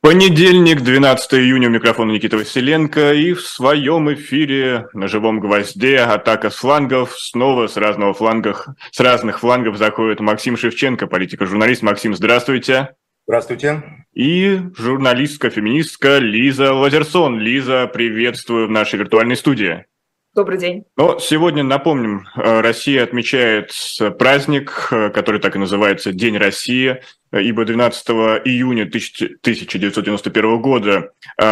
Понедельник, 12 июня, у микрофона Никита Василенко, и в своем эфире на живом гвозде атака с флангов, снова с разных флангов заходит Максим Шевченко, политик-журналист. Максим, здравствуйте. Здравствуйте. И журналистка-феминистка Лиза Лазерсон. Лиза, приветствую в нашей виртуальной студии. Добрый день. Но сегодня, напомним, Россия отмечает праздник, который так и называется День России, ибо 12 июня 1991 года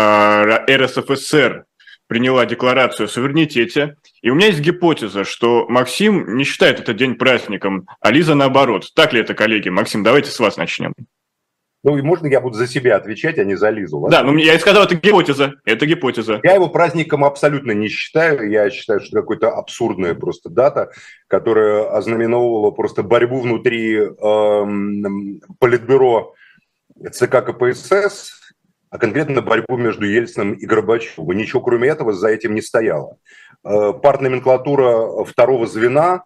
РСФСР приняла декларацию о суверенитете. И у меня есть гипотеза, что Максим не считает этот день праздником, а Лиза наоборот. Так ли это, коллеги? Максим, давайте с вас начнем. Ну и можно я буду за себя отвечать, а не за Лизу? Ладно? Да, ну я и сказал, это гипотеза. Я его праздником абсолютно не считаю. Я считаю, что это какая-то абсурдная просто дата, которая ознаменовывала просто борьбу внутри политбюро ЦК КПСС, а конкретно борьбу между Ельциным и Горбачевым. Ничего кроме этого за этим не стояло. Партноменклатура второго звена,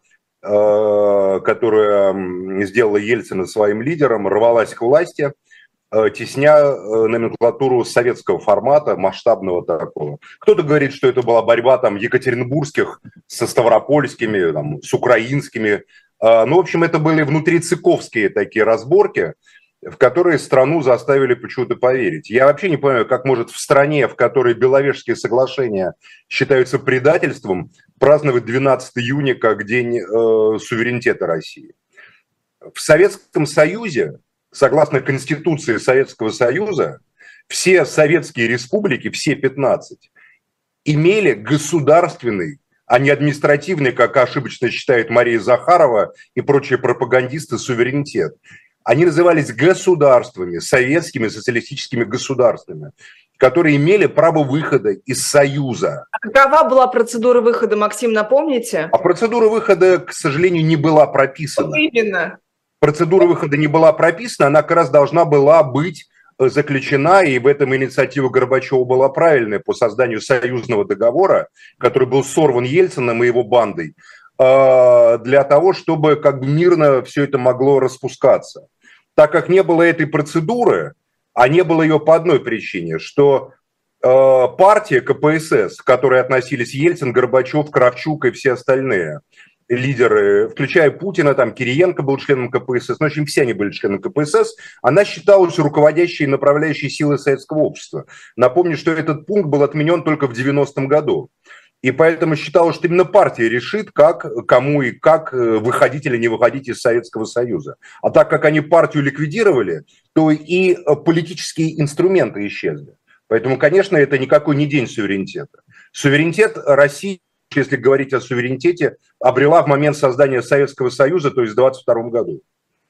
которая сделала Ельцина своим лидером, рвалась к власти, тесня номенклатуру советского формата, масштабного такого. Кто-то говорит, что это была борьба там екатеринбургских со ставропольскими, там, с украинскими. Ну, в общем, это были внутрицыковские такие разборки, в которые страну заставили почему-то поверить. Я вообще не понимаю, как может в стране, в которой Беловежские соглашения считаются предательством, праздновать 12 июня как День суверенитета России. В Советском Союзе, согласно Конституции Советского Союза, все советские республики, все 15, имели государственный, а не административный, как ошибочно считает Мария Захарова и прочие пропагандисты, суверенитет. Они назывались государствами, советскими социалистическими государствами, которые имели право выхода из Союза. А какова была процедура выхода, Максим, напомните? А процедура выхода, к сожалению, не была прописана. Вот именно. Процедура выхода не была прописана, она как раз должна была быть заключена, и в этом инициатива Горбачева была правильная по созданию союзного договора, который был сорван Ельциным и его бандой, для того, чтобы как бы мирно все это могло распускаться. Так как не было этой процедуры, а не было ее по одной причине, что партия КПСС, к которой относились Ельцин, Горбачев, Кравчук и все остальные лидеры, включая Путина, там Кириенко был членом КПСС, ну, в общем, все они были членами КПСС, она считалась руководящей и направляющей силой советского общества. Напомню, что этот пункт был отменен только в 90-м году. И поэтому считалось, что именно партия решит, как, кому и как выходить или не выходить из Советского Союза. А так как они партию ликвидировали, то и политические инструменты исчезли. Поэтому, конечно, это никакой не день суверенитета. Суверенитет России, если говорить о суверенитете, обрела в момент создания Советского Союза, то есть в 1922 году.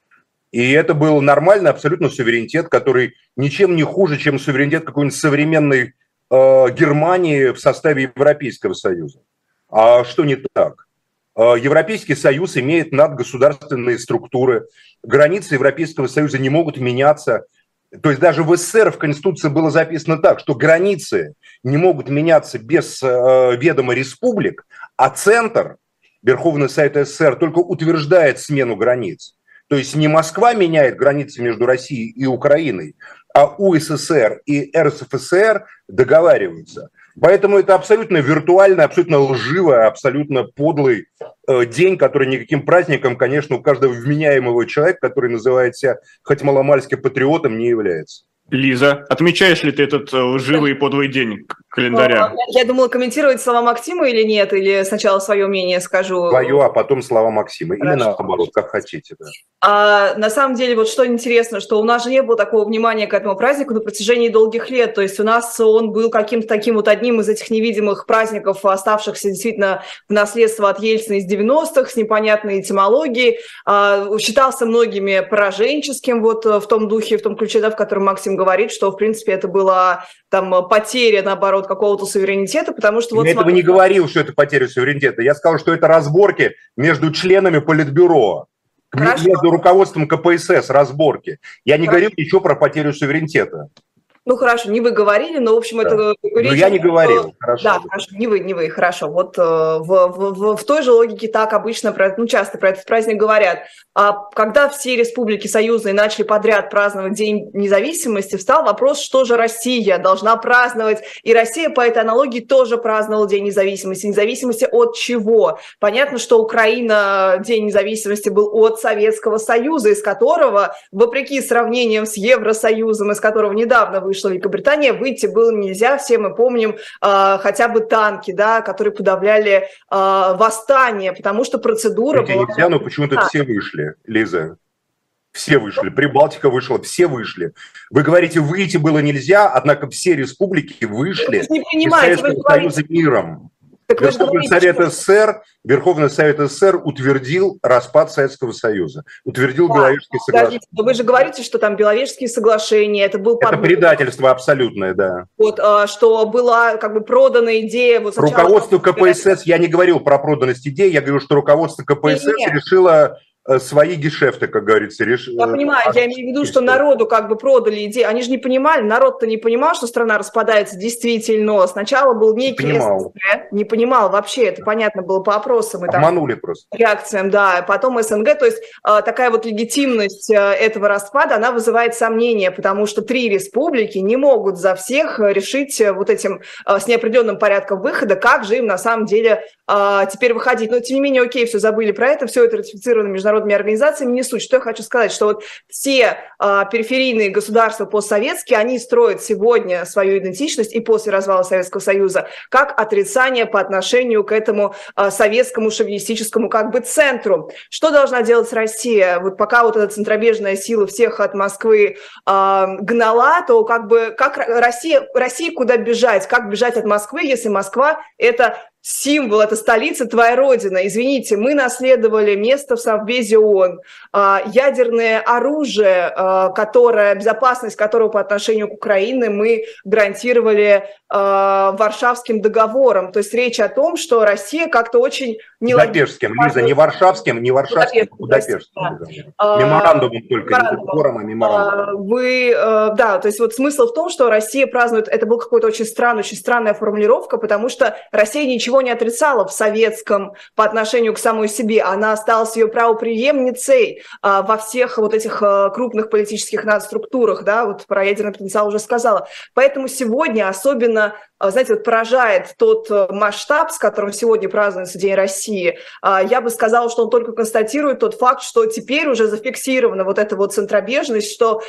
И это был нормальный абсолютно суверенитет, который ничем не хуже, чем суверенитет какой-нибудь современной Германии в составе Европейского Союза. А что не так? Европейский Союз имеет надгосударственные структуры, границы Европейского Союза не могут меняться. То есть даже в СССР в Конституции было записано так, что границы не могут меняться без ведома республик, а центр, Верховный Совет СССР, только утверждает смену границ. То есть не Москва меняет границы между Россией и Украиной, а УССР и РСФСР договариваются. Поэтому это абсолютно виртуальный, абсолютно лживый, абсолютно подлый день, который никаким праздником, конечно, у каждого вменяемого человека, который называет себя хоть маломальски патриотом, не является. Лиза, отмечаешь ли ты этот лживый и подлый день календаря? Я думала, комментировать слова Максима или нет, или сначала свое мнение скажу. Свое, а потом слова Максима. Или наоборот, как хотите. Да. На самом деле, вот что интересно, что у нас же не было такого внимания к этому празднику на протяжении долгих лет. То есть у нас он был каким-то таким вот одним из этих невидимых праздников, оставшихся действительно в наследство от Ельцина из 90-х, с непонятной этимологией. Считался многими пораженческим вот в том духе, в том ключе, да, в котором Максим говорит, что, в принципе, это была там потеря, наоборот, какого-то суверенитета, потому что... Я этого не говорил, что это потеря суверенитета. Я сказал, что это разборки между членами Политбюро, между руководством КПСС, разборки. Я не говорил ничего про потерю суверенитета. Ну, хорошо, не вы говорили, но, в общем, Да. это... Но я не говорил, хорошо. Да, хорошо, не вы, хорошо. Вот в той же логике так обычно, часто про этот праздник говорят. А когда все республики союзные начали подряд праздновать День независимости, встал вопрос, что же Россия должна праздновать. И Россия по этой аналогии тоже праздновала День независимости. Независимости от чего? Понятно, что Украина, День независимости был от Советского Союза, из которого, вопреки сравнениям с Евросоюзом, из которого недавно вышла Великобритания, выйти было нельзя. Все мы помним хотя бы танки, да, которые подавляли восстание, потому что процедура была... Нельзя, но почему-то все вышли, Лиза. Все вышли. Прибалтика вышла, все вышли. Вы говорите, выйти было нельзя, однако все республики вышли из Советского Союза миром. Верховный Совет СССР утвердил распад Советского Союза, утвердил Беловежские соглашения. Но вы же говорите, что там Беловежские соглашения, это был... Это предательство абсолютное, да. Вот, что была как бы продана идея... Вот сначала... Руководство КПСС, я не говорил про проданность идей, я говорю, что руководство КПСС решило свои гешефты, как говорится. Я понимаю, я имею в виду, что народу как бы продали идеи. Они же не понимали, народ-то не понимал, что страна распадается действительно. Сначала был некий СНГ, не понимал вообще, это понятно было по опросам. Обманули просто. Реакциям, да. Потом СНГ, то есть такая вот легитимность этого распада, она вызывает сомнения, потому что 3 республики не могут за всех решить вот этим с неопределенным порядком выхода, как же им на самом деле теперь выходить. Но тем не менее, окей, все забыли про это, все это ратифицировано международными организациями, не суть. Что я хочу сказать, что вот все периферийные государства постсоветские, они строят сегодня свою идентичность и после развала Советского Союза как отрицание по отношению к этому советскому шовинистическому как бы центру. Что должна делать Россия? Вот пока вот эта центробежная сила всех от Москвы гнала, то как бы как Россия куда бежать? Как бежать от Москвы, если Москва – это символ, это столица, твоя родина. Извините, мы наследовали место в Совбезе ООН, ядерное оружие, безопасность которого по отношению к Украине мы гарантировали Варшавским договором. То есть речь о том, что Россия как-то очень нелогично... Будапештским, Лиза, не Варшавским, Будапештским. Меморандумом только, не договором, а меморандумом. Да, то есть вот смысл в том, что Россия празднует, это была какая-то очень странная формулировка, потому что Россия ничего не отрицала в советском по отношению к самой себе. Она осталась ее правопреемницей во всех вот этих крупных политических структурах, да, вот про ядерный потенциал уже сказала. Поэтому сегодня особенно, знаете, вот поражает тот масштаб, с которым сегодня празднуется День России. Я бы сказала, что он только констатирует тот факт, что теперь уже зафиксирована вот эта вот центробежность, что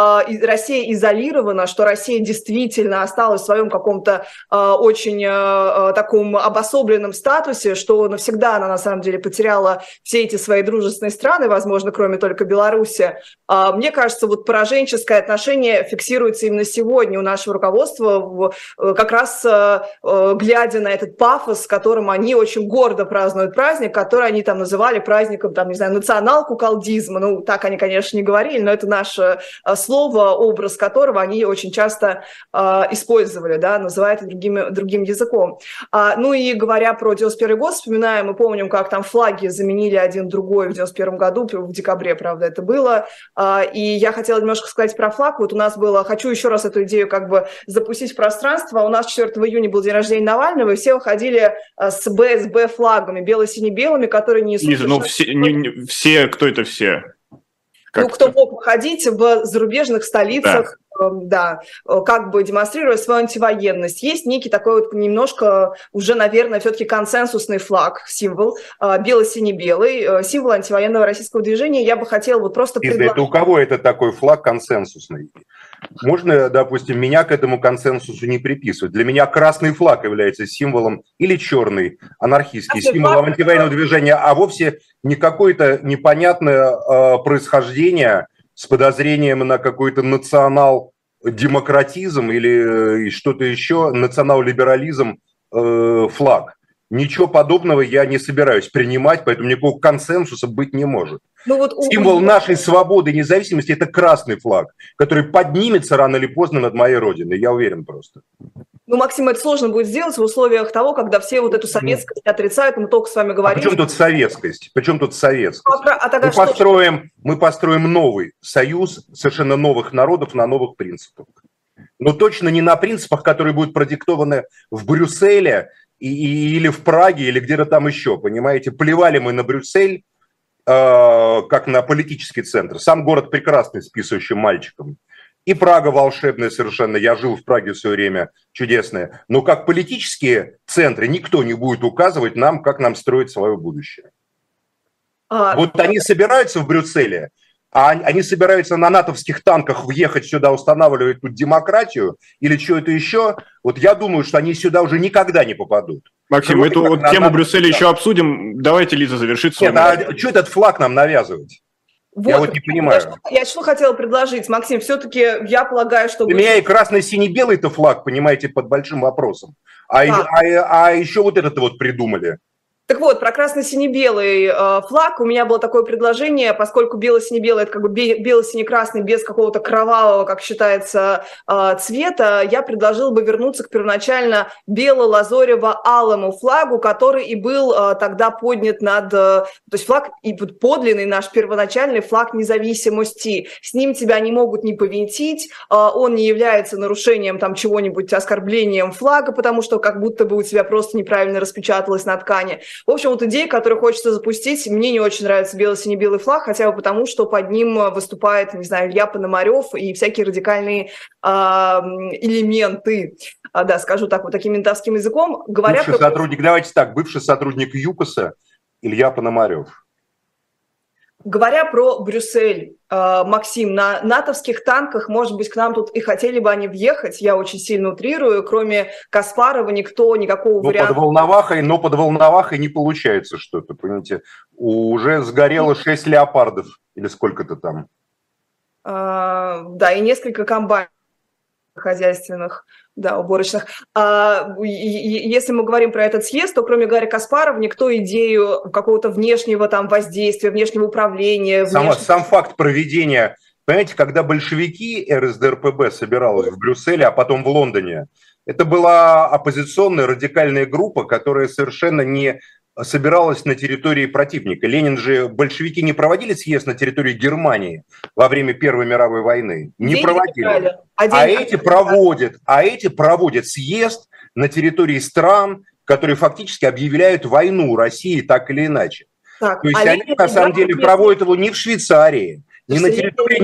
Россия изолирована, что Россия действительно осталась в своем каком-то очень таком обособленном статусе, что навсегда она на самом деле потеряла все эти свои дружественные страны, возможно, кроме только Беларуси. Мне кажется, вот пораженческое отношение фиксируется именно сегодня у нашего руководства, как раз глядя на этот пафос, с которым они очень гордо празднуют праздник, который они там называли праздником, там, не знаю, национал-куколдизма. Ну, так они, конечно, не говорили, но это наше слово, образ которого они очень часто использовали, да, называя это другим языком. Ну и говоря про 91 год, вспоминаем, мы помним, как там флаги заменили один другой в 91 году, в декабре, правда, это было. И я хотела немножко сказать про флаг. Вот у нас было, хочу еще раз эту идею как бы запустить в пространство. У нас 4 июня был день рождения Навального, и все выходили с БСБ флагами, бело-сине-белыми, которые несут... Лиза, ну все, кто это все? Ну, кто мог выходить в зарубежных столицах, да, как бы демонстрируя свою антивоенность. Есть некий такой вот немножко уже, наверное, все-таки консенсусный флаг, символ, бело-сине-белый, символ антивоенного российского движения. Я бы хотела вот просто предложить... Это у кого это такой флаг консенсусный? Можно, допустим, меня к этому консенсусу не приписывать. Для меня красный флаг является символом, или черный, анархистский, символом антивоенного движения, а вовсе не какое-то непонятное происхождение с подозрением на какой-то национал-демократизм или что-то еще, национал-либерализм флаг. Ничего подобного я не собираюсь принимать, поэтому никакого консенсуса быть не может. Ну вот символ нашей свободы и независимости – это красный флаг, который поднимется рано или поздно над моей родиной, я уверен просто. Ну, Максим, это сложно будет сделать в условиях того, когда все вот эту советскость отрицают, мы только с вами говорим. Причем тут советскость? Причем тут советскость? Мы построим новый союз совершенно новых народов на новых принципах. Но точно не на принципах, которые будут продиктованы в Брюсселе или в Праге, или где-то там еще, понимаете? Плевали мы на Брюссель, как на политический центр. Сам город прекрасный, с писающим мальчиком. И Прага волшебная совершенно. Я жил в Праге в свое время, чудесная. Но как политические центры никто не будет указывать нам, как нам строить свое будущее. Вот они собираются в Брюсселе, а они собираются на натовских танках въехать сюда, устанавливать тут демократию или что-то еще. Вот я думаю, что они сюда уже никогда не попадут. Максим, эту вот тему Брюсселя еще обсудим. Давайте Лиза завершит. Нет, а что этот флаг нам навязывать? Вот, я вот не понимаю. Я что хотела предложить, Максим, все-таки я полагаю, что... У меня и красно-синий-белый-то флаг, понимаете, под большим вопросом. А еще вот это вот придумали. Так вот, про красно-сине-белый флаг у меня было такое предложение, поскольку бело-сине-белый – это как бы бело-сине-красный без какого-то кровавого, как считается, цвета, я предложила бы вернуться к первоначально бело-лазорево-алому флагу, который и был тогда поднят над… То есть флаг, и подлинный наш первоначальный флаг независимости. С ним тебя не могут не повинтить, он не является нарушением там чего-нибудь, оскорблением флага, потому что как будто бы у тебя просто неправильно распечаталось на ткани. В общем, вот идея, которую хочется запустить, мне не очень нравится бело-сине-белый флаг, хотя бы потому, что под ним выступает, не знаю, Илья Пономарев и всякие радикальные элементы. Да, скажу так, вот таким ментовским языком. Бывший сотрудник, давайте так, бывший сотрудник ЮКОСа Илья Пономарев. Говоря про Брюссель, Максим, на натовских танках, может быть, к нам тут и хотели бы они въехать, я очень сильно утрирую, кроме Каспарова никакого варианта. Под Волновахой не получается что-то, понимаете. Уже сгорело 6 леопардов, или сколько-то там. Да, и несколько комбайнов хозяйственных, да, уборочных. Если мы говорим про этот съезд, то кроме Гарри Каспарова никто идею какого-то внешнего там воздействия, внешнего управления... Сам факт проведения... Понимаете, когда большевики РСДРПб собиралась в Брюсселе, а потом в Лондоне, это была оппозиционная радикальная группа, которая совершенно не собиралась на территории противника. Большевики не проводили съезд на территории Германии во время Первой мировой войны. Не проводили. Эти проводят съезд на территории стран, которые фактически объявляют войну России так или иначе. То есть они на самом деле проводят его не в Швейцарии, не на территории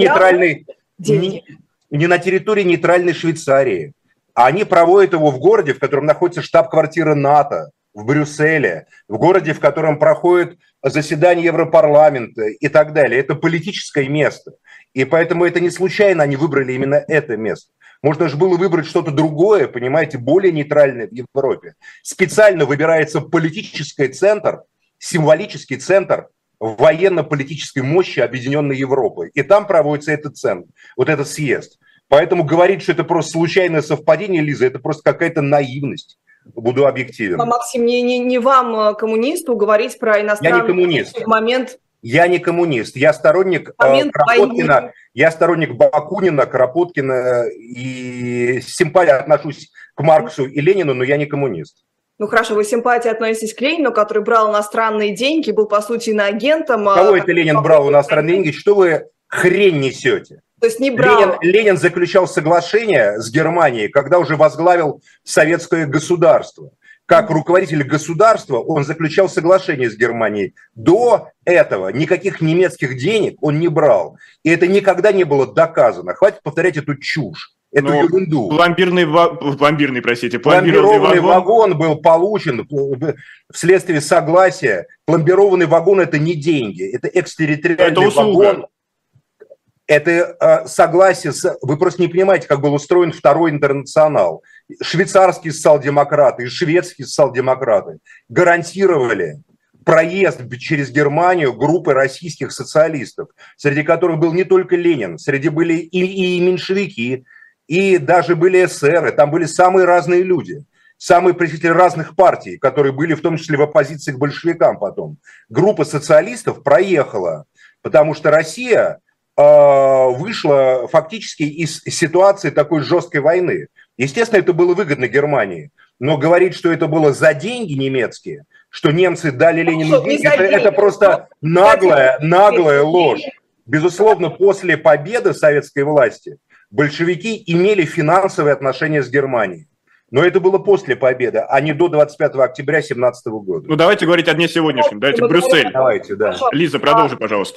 нейтральной Швейцарии. Они проводят его в городе, в котором находится штаб-квартира НАТО, в Брюсселе, в городе, в котором проходит заседание Европарламента и так далее. Это политическое место. И поэтому это не случайно они выбрали именно это место. Можно же было выбрать что-то другое, понимаете, более нейтральное в Европе. Специально выбирается политический центр, символический центр военно-политической мощи Объединенной Европы. И там проводится этот съезд. Поэтому говорить, что это просто случайное совпадение, Лиза, это просто какая-то наивность. Буду объективен. Максим, не вам, коммунисту, говорить про иностранный... Я не коммунист. Момент... Я не коммунист. Я сторонник Кропоткина, я сторонник Бакунина, Кропоткина и с симпатией отношусь к Марксу и Ленину, но я не коммунист. Ну хорошо, вы с симпатией относитесь к Ленину, который брал иностранные деньги, был, по сути, иноагентом. Кого это Ленин брал иностранные деньги? Что вы хрень несете? То есть не брал. Ленин заключал соглашение с Германией, когда уже возглавил советское государство. Как руководитель государства он заключал соглашение с Германией. До этого никаких немецких денег он не брал. И это никогда не было доказано. Хватит повторять эту чушь, эту ерунду. Пломбированный вагон был получен вследствие согласия. Пломбированный вагон – это не деньги, это экстерриториальный вагон. Это согласие, вы просто не понимаете, как был устроен Второй интернационал. Швейцарские социал-демократы и шведские социал-демократы гарантировали проезд через Германию группы российских социалистов, среди которых был не только Ленин, среди были и меньшевики, и даже были эсеры, там были самые разные люди, самые представители разных партий, которые были в том числе в оппозиции к большевикам потом. Группа социалистов проехала, потому что Россия вышла фактически из ситуации такой жесткой войны. Естественно, это было выгодно Германии, но говорить, что это было за деньги немецкие, что немцы дали Ленину деньги, это просто наглая ложь. Безусловно, после победы советской власти большевики имели финансовые отношения с Германией. Но это было после победы, а не до 25 октября 1917 года. Ну, давайте говорить о дне сегодняшнем. Давайте Брюссель. Давайте, да. Лиза, продолжи, пожалуйста.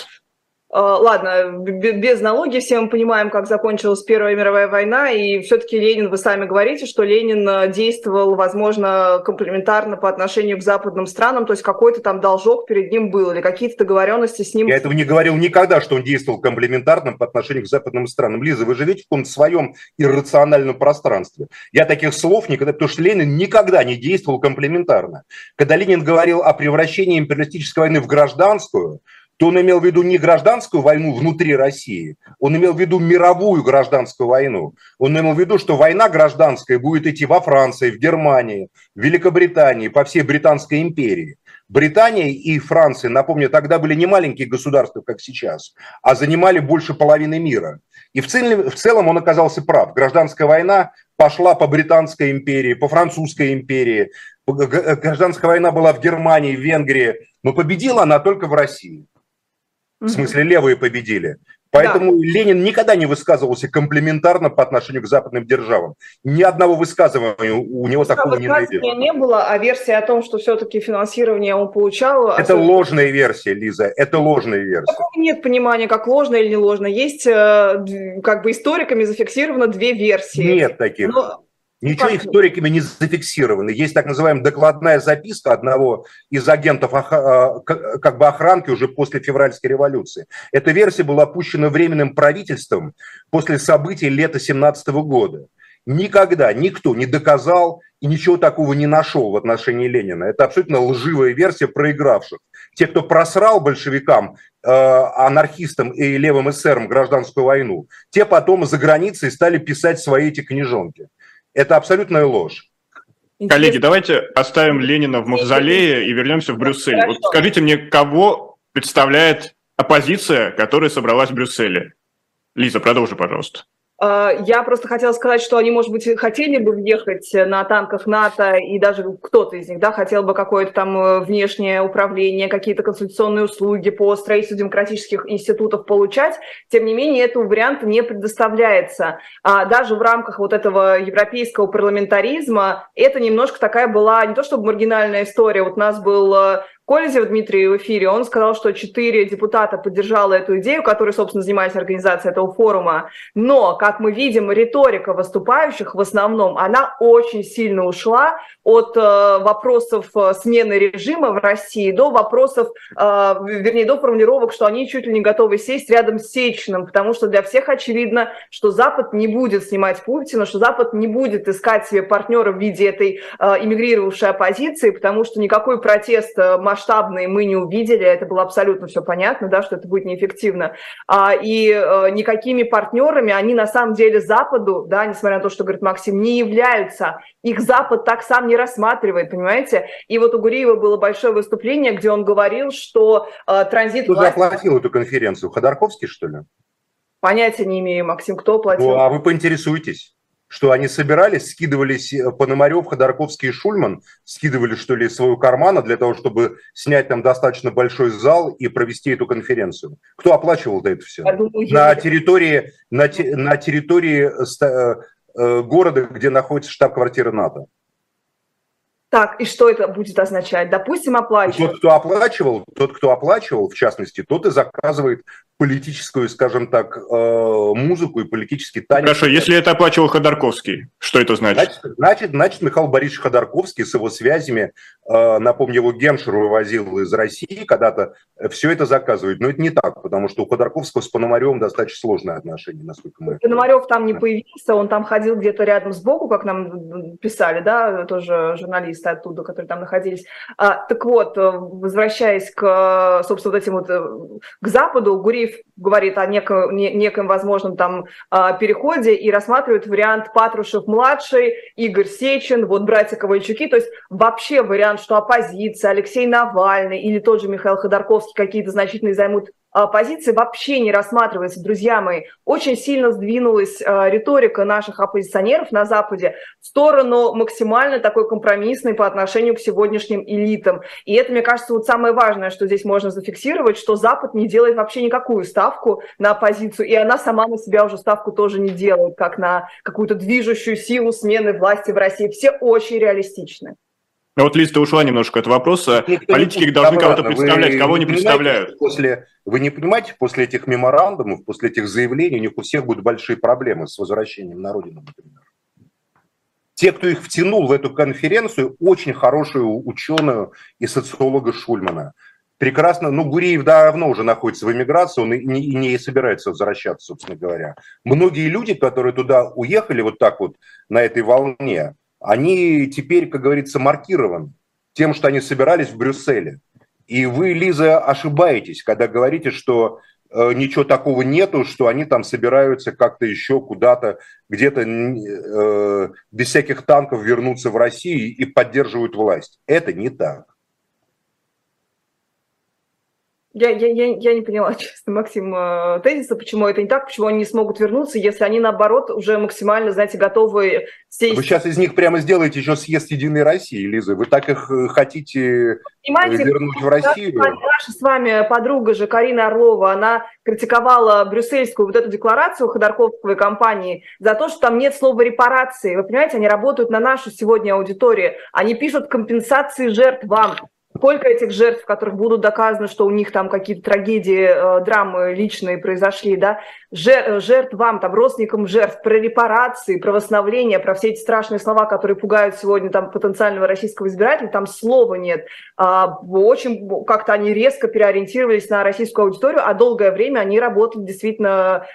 Ладно, без налоги все мы понимаем, как закончилась Первая мировая война, и все-таки Ленин, вы сами говорите, что Ленин действовал, возможно, комплементарно по отношению к западным странам, то есть какой-то там должок перед ним был, или какие-то договоренности с ним. Я этого не говорил никогда, что он действовал комплементарно по отношению к западным странам. Лиза, вы живете в каком-то своем иррациональном пространстве. Я таких слов никогда, потому что Ленин никогда не действовал комплементарно. Когда Ленин говорил о превращении империалистической войны в гражданскую, то он имел в виду не гражданскую войну внутри России, он имел в виду мировую гражданскую войну. Он имел в виду, что война гражданская будет идти во Франции, в Германии, в Великобритании, по всей Британской империи. Британия и Франция, напомню, тогда были не маленькие государства, как сейчас, а занимали больше половины мира. И в целом он оказался прав. Гражданская война пошла по Британской империи, по Французской империи. Гражданская война была в Германии, в Венгрии, но победила она только в России. В смысле, левые победили. Поэтому да. Ленин никогда не высказывался комплементарно по отношению к западным державам. Ни одного высказывания у него такого не найдешь. Не было, а версия о том, что все-таки финансирование он получал... Это ложная версия, Лиза, это ложная версия. Нет понимания, как ложно или не ложно. Есть как бы историками зафиксировано две версии. Нет таких. Ничего историками не зафиксировано. Есть так называемая докладная записка одного из агентов как бы охранки уже после февральской революции. Эта версия была опущена Временным правительством после событий лета 1917 года. Никогда никто не доказал и ничего такого не нашел в отношении Ленина. Это абсолютно лживая версия проигравших. Те, кто просрал большевикам, анархистам и левым эсерам гражданскую войну, те потом за границей стали писать свои эти книжонки. Это абсолютная ложь. Коллеги, давайте оставим Ленина в мавзолее и вернемся в Брюссель. Вот скажите мне, кого представляет оппозиция, которая собралась в Брюсселе? Лиза, продолжи, пожалуйста. Я просто хотела сказать, что они, может быть, хотели бы въехать на танках НАТО, и даже кто-то из них, да, хотел бы какое-то там внешнее управление, какие-то консультационные услуги по строительству демократических институтов получать. Тем не менее, этого варианта не предоставляется. Даже в рамках вот этого европейского парламентаризма это немножко такая была, не то чтобы маргинальная история. Вот у нас был Колезев Дмитрий в эфире, он сказал, что 4 депутата поддержало эту идею, которые, собственно, занимались организацией этого форума. Но, как мы видим, риторика выступающих в основном, она очень сильно ушла от вопросов смены режима в России до вопросов, вернее, до формулировок, что они чуть ли не готовы сесть рядом с Сечиным, потому что для всех очевидно, что Запад не будет снимать Путина, что Запад не будет искать себе партнера в виде этой эмигрировавшей оппозиции, потому что никакой протест масштабный мы не увидели, это было абсолютно все понятно, да, что это будет неэффективно. И никакими партнерами они на самом деле Западу, да, несмотря на то, что говорит Максим, не являются. Их Запад так сам не рассматривает, понимаете? И вот у Гуриева было большое выступление, где он говорил, что транзит... Кто заплатил эту конференцию? Ходорковский, что ли? Понятия не имею, Максим, кто платил. Ну, а вы поинтересуйтесь. Что они собирались, скидывались Пономарев, Ходорковский и Шульман, скидывали, что ли, из своего кармана для того, чтобы снять там достаточно большой зал и провести эту конференцию. Кто оплачивал-то это все? На территории города, где находится штаб-квартира НАТО. Так, и что это будет означать? Допустим, оплачивать. Тот, кто оплачивал, в частности, тот и заказывает политическую, скажем так, музыку и политический танец. Хорошо, если это оплачивал Ходорковский, что это значит? Значит, Михаил Борисович Ходорковский с его связями, напомню, его Геншер вывозил из России когда-то, все это заказывает. Но это не так, потому что у Ходорковского с Пономаревым достаточно сложные отношения, насколько мы... Пономарев там не появился, он там ходил где-то рядом сбоку, как нам писали, да, тоже журналисты оттуда, которые там находились. Так вот, возвращаясь к, собственно, вот этим вот, к Западу, Гуриев говорит о неком возможном там переходе и рассматривает вариант Патрушев-младший, Игорь Сечин, вот братья Ковальчуки, то есть вообще вариант, что оппозиция, Алексей Навальный или тот же Михаил Ходорковский какие-то значительные займут позиции вообще не рассматривается, друзья мои. Очень сильно сдвинулась риторика наших оппозиционеров на Западе в сторону максимально такой компромиссной по отношению к сегодняшним элитам. И это, мне кажется, вот самое важное, что здесь можно зафиксировать, что Запад не делает вообще никакую ставку на оппозицию, и она сама на себя уже ставку тоже не делает, как на какую-то движущую силу смены власти в России. Все очень реалистичны. А вот Лиза ушла немножко от вопроса. Политики должны кого-то представлять, кого не представляют. Вы не понимаете, после этих меморандумов, после этих заявлений, у них у всех будут большие проблемы с возвращением на родину, например. Те, кто их втянул в эту конференцию, очень хорошую ученую и социолога Шульмана. Прекрасно, Гуриев давно уже находится в эмиграции, он и не собирается возвращаться, собственно говоря. Многие люди, которые туда уехали вот так вот на этой волне, они теперь, как говорится, маркированы тем, что они собирались в Брюсселе. И вы, Лиза, ошибаетесь, когда говорите, что ничего такого нету, что они там собираются как-то еще куда-то, где-то без всяких танков вернуться в Россию и поддерживают власть. Это не так. Я не поняла, честно, Максим, тезиса, почему это не так, почему они не смогут вернуться, если они, наоборот, уже максимально, знаете, готовы сесть. Вы сейчас из них прямо сделаете еще съезд Единой России, Лиза. Вы так их хотите вернуть в Россию? Наша с вами подруга же Карина Орлова, она критиковала брюссельскую вот эту декларацию Ходорковского и компании за то, что там нет слова репарации. Вы понимаете, они работают на нашу сегодня аудиторию. Они пишут компенсации жертвам. Сколько этих жертв, в которых будут доказано, что у них там какие-то трагедии, драмы личные произошли, да, жертвам, там, родственникам жертв, про репарации, про восстановление, про все эти страшные слова, которые пугают сегодня там потенциального российского избирателя, там слова нет. Очень как-то они резко переориентировались на российскую аудиторию, а долгое время они работали действительно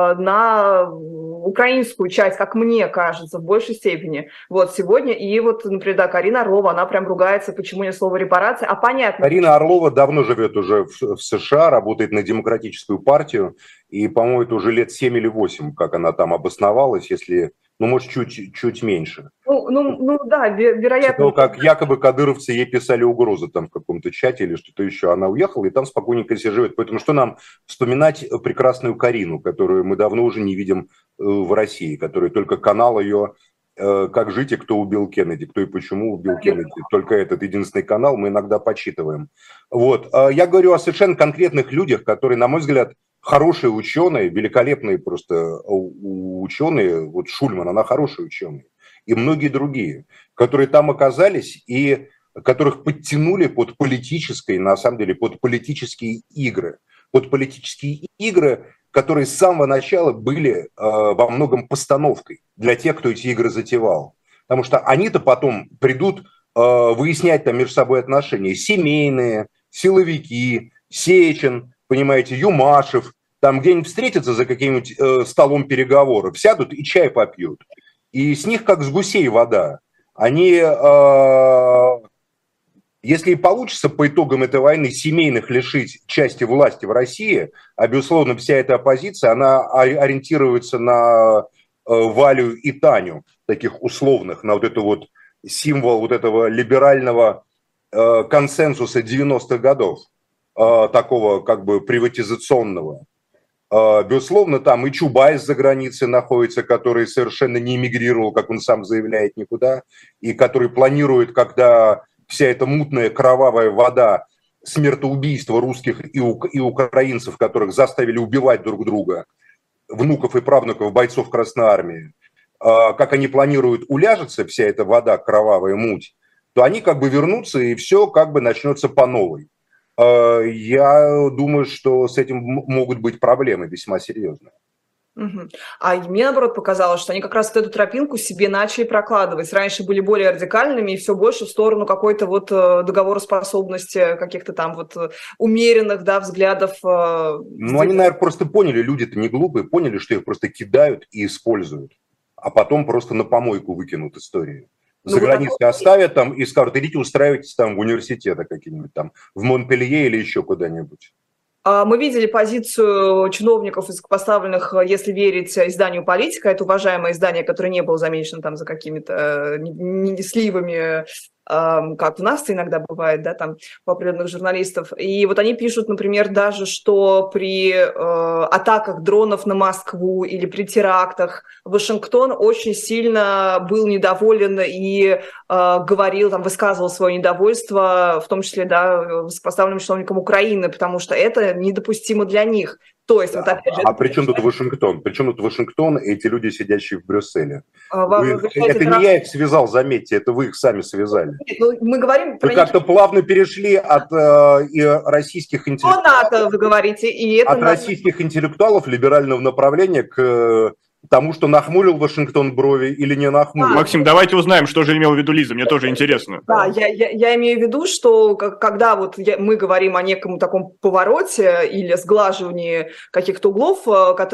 на украинскую часть, как мне кажется, в большей степени. Вот сегодня, и вот, например, да, Карина Орлова, она прям ругается, почему нет слова репарации. А понятно. Карина Орлова давно живет уже в США, работает на Демократическую партию, и, по-моему, это уже лет 7 или 8, как она там обосновалась, если, может, чуть меньше. Да, вероятно. Того, как якобы кадыровцы ей писали угрозы там в каком-то чате или что-то еще, она уехала и там спокойненько себе живет. Поэтому что нам вспоминать прекрасную Карину, которую мы давно уже не видим в России, которая только канал ее «Как жить и кто убил Кеннеди», кто и почему убил Кеннеди. Только этот единственный канал мы иногда почитываем. Вот. Я говорю о совершенно конкретных людях, которые, на мой взгляд, хорошие ученые, великолепные просто ученые. Вот Шульман, она хороший ученый. И многие другие, которые там оказались и которых подтянули под политические, на самом деле, под политические игры. Под политические игры, которые с самого начала были во многом постановкой для тех, кто эти игры затевал. Потому что они-то потом придут выяснять там между собой отношения. Семейные, силовики, Сечин, понимаете, Юмашев. Там где-нибудь встретятся за каким-нибудь столом переговоров, сядут и чай попьют. И с них как с гусей вода. Они... Если и получится по итогам этой войны семейных лишить части власти в России, а, безусловно, вся эта оппозиция, она ориентируется на Валю и Таню, таких условных, на вот это вот символ вот этого либерального консенсуса 90-х годов, такого как бы приватизационного. Безусловно, там и Чубайс за границей находится, который совершенно не эмигрировал, как он сам заявляет, никуда, и который планирует, когда... вся эта мутная кровавая вода смертоубийства русских и украинцев, которых заставили убивать друг друга, внуков и правнуков бойцов Красной Армии, как они планируют уляжется вся эта вода, кровавая муть, то они как бы вернутся, и все как бы начнется по новой. Я думаю, что с этим могут быть проблемы весьма серьезные. Угу. А мне, наоборот, показалось, что они как раз вот эту тропинку себе начали прокладывать. Раньше были более радикальными и все больше в сторону какой-то вот договороспособности, каких-то там вот умеренных, да, взглядов. Они, наверное, просто поняли, люди-то не глупые, поняли, что их просто кидают и используют, а потом просто на помойку выкинут историю. За границей оставят там и скажут, идите устраивайтесь там в университеты какие-нибудь там, в Монпелье или еще куда-нибудь. Мы видели позицию чиновников, высокопоставленных, если верить изданию «Политика», это уважаемое издание, которое не было замечено там за какими-то сливами как у нас иногда бывает, да, там, у определенных журналистов. И вот они пишут, например, даже, что при атаках дронов на Москву или при терактах Вашингтон очень сильно был недоволен и говорил, там, высказывал свое недовольство, в том числе, да, высокопоставленным чиновникам Украины, потому что это недопустимо для них. То есть, вот опять же... А при чем тут Вашингтон? При чем тут Вашингтон и эти люди, сидящие в Брюсселе? Это не я их связал, заметьте, это вы их сами связали. Ну, мы говорим вы как-то плавно перешли от российских интеллектуалов, НАТО, вы говорите, и это от российских интеллектуалов либерального направления к тому, что нахмурил Вашингтон брови или не нахмурил. Максим, давайте узнаем, что же имел в виду Лиза, мне тоже интересно. Да, я имею в виду, что когда вот мы говорим о неком таком повороте или сглаживании каких-то углов,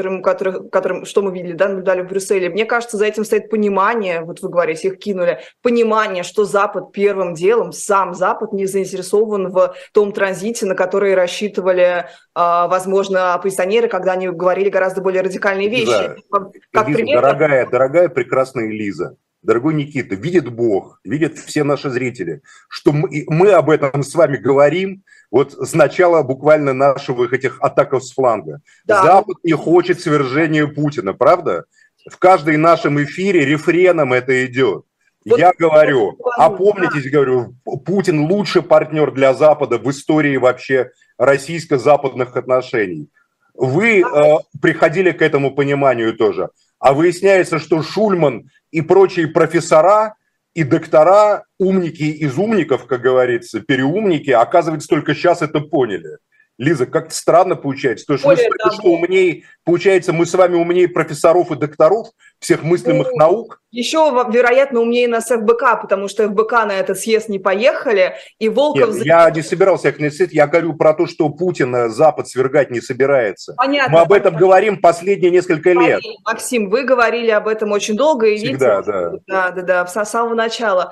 которым что мы видели, да, наблюдали в Брюсселе, мне кажется, за этим стоит понимание, вот вы говорите, их кинули, понимание, что Запад первым делом, сам Запад не заинтересован в том транзите, на который рассчитывали, возможно, оппозиционеры, когда они говорили гораздо более радикальные вещи. Как Лиза, пример... дорогая, прекрасная Лиза, дорогой Никита, видит Бог, видят все наши зрители, что мы об этом с вами говорим вот с начала буквально наших этих атак с фланга. Да. Запад не хочет свержения Путина, правда? В каждом нашем эфире рефреном это идет. Вот, я говорю, опомнитесь, говорю, Путин лучший партнер для Запада в истории вообще российско-западных отношений. Вы приходили к этому пониманию тоже. А выясняется, что Шульман и прочие профессора и доктора, умники из умников, как говорится, переумники, оказывается, только сейчас это поняли. Лиза, как-то странно получается. То есть мы что умнее, получается, мы с вами умнее профессоров и докторов всех мыслимых наук. Еще, вероятно, умнее нас ФБК, потому что ФБК на этот съезд не поехали, и Волков... Нет, я не собирался их на съезд, я говорю про то, что Путин Запад свергать не собирается. Понятно. Мы об этом говорим последние несколько лет. Максим, вы говорили об этом очень долго. И всегда, видите, да, с самого начала.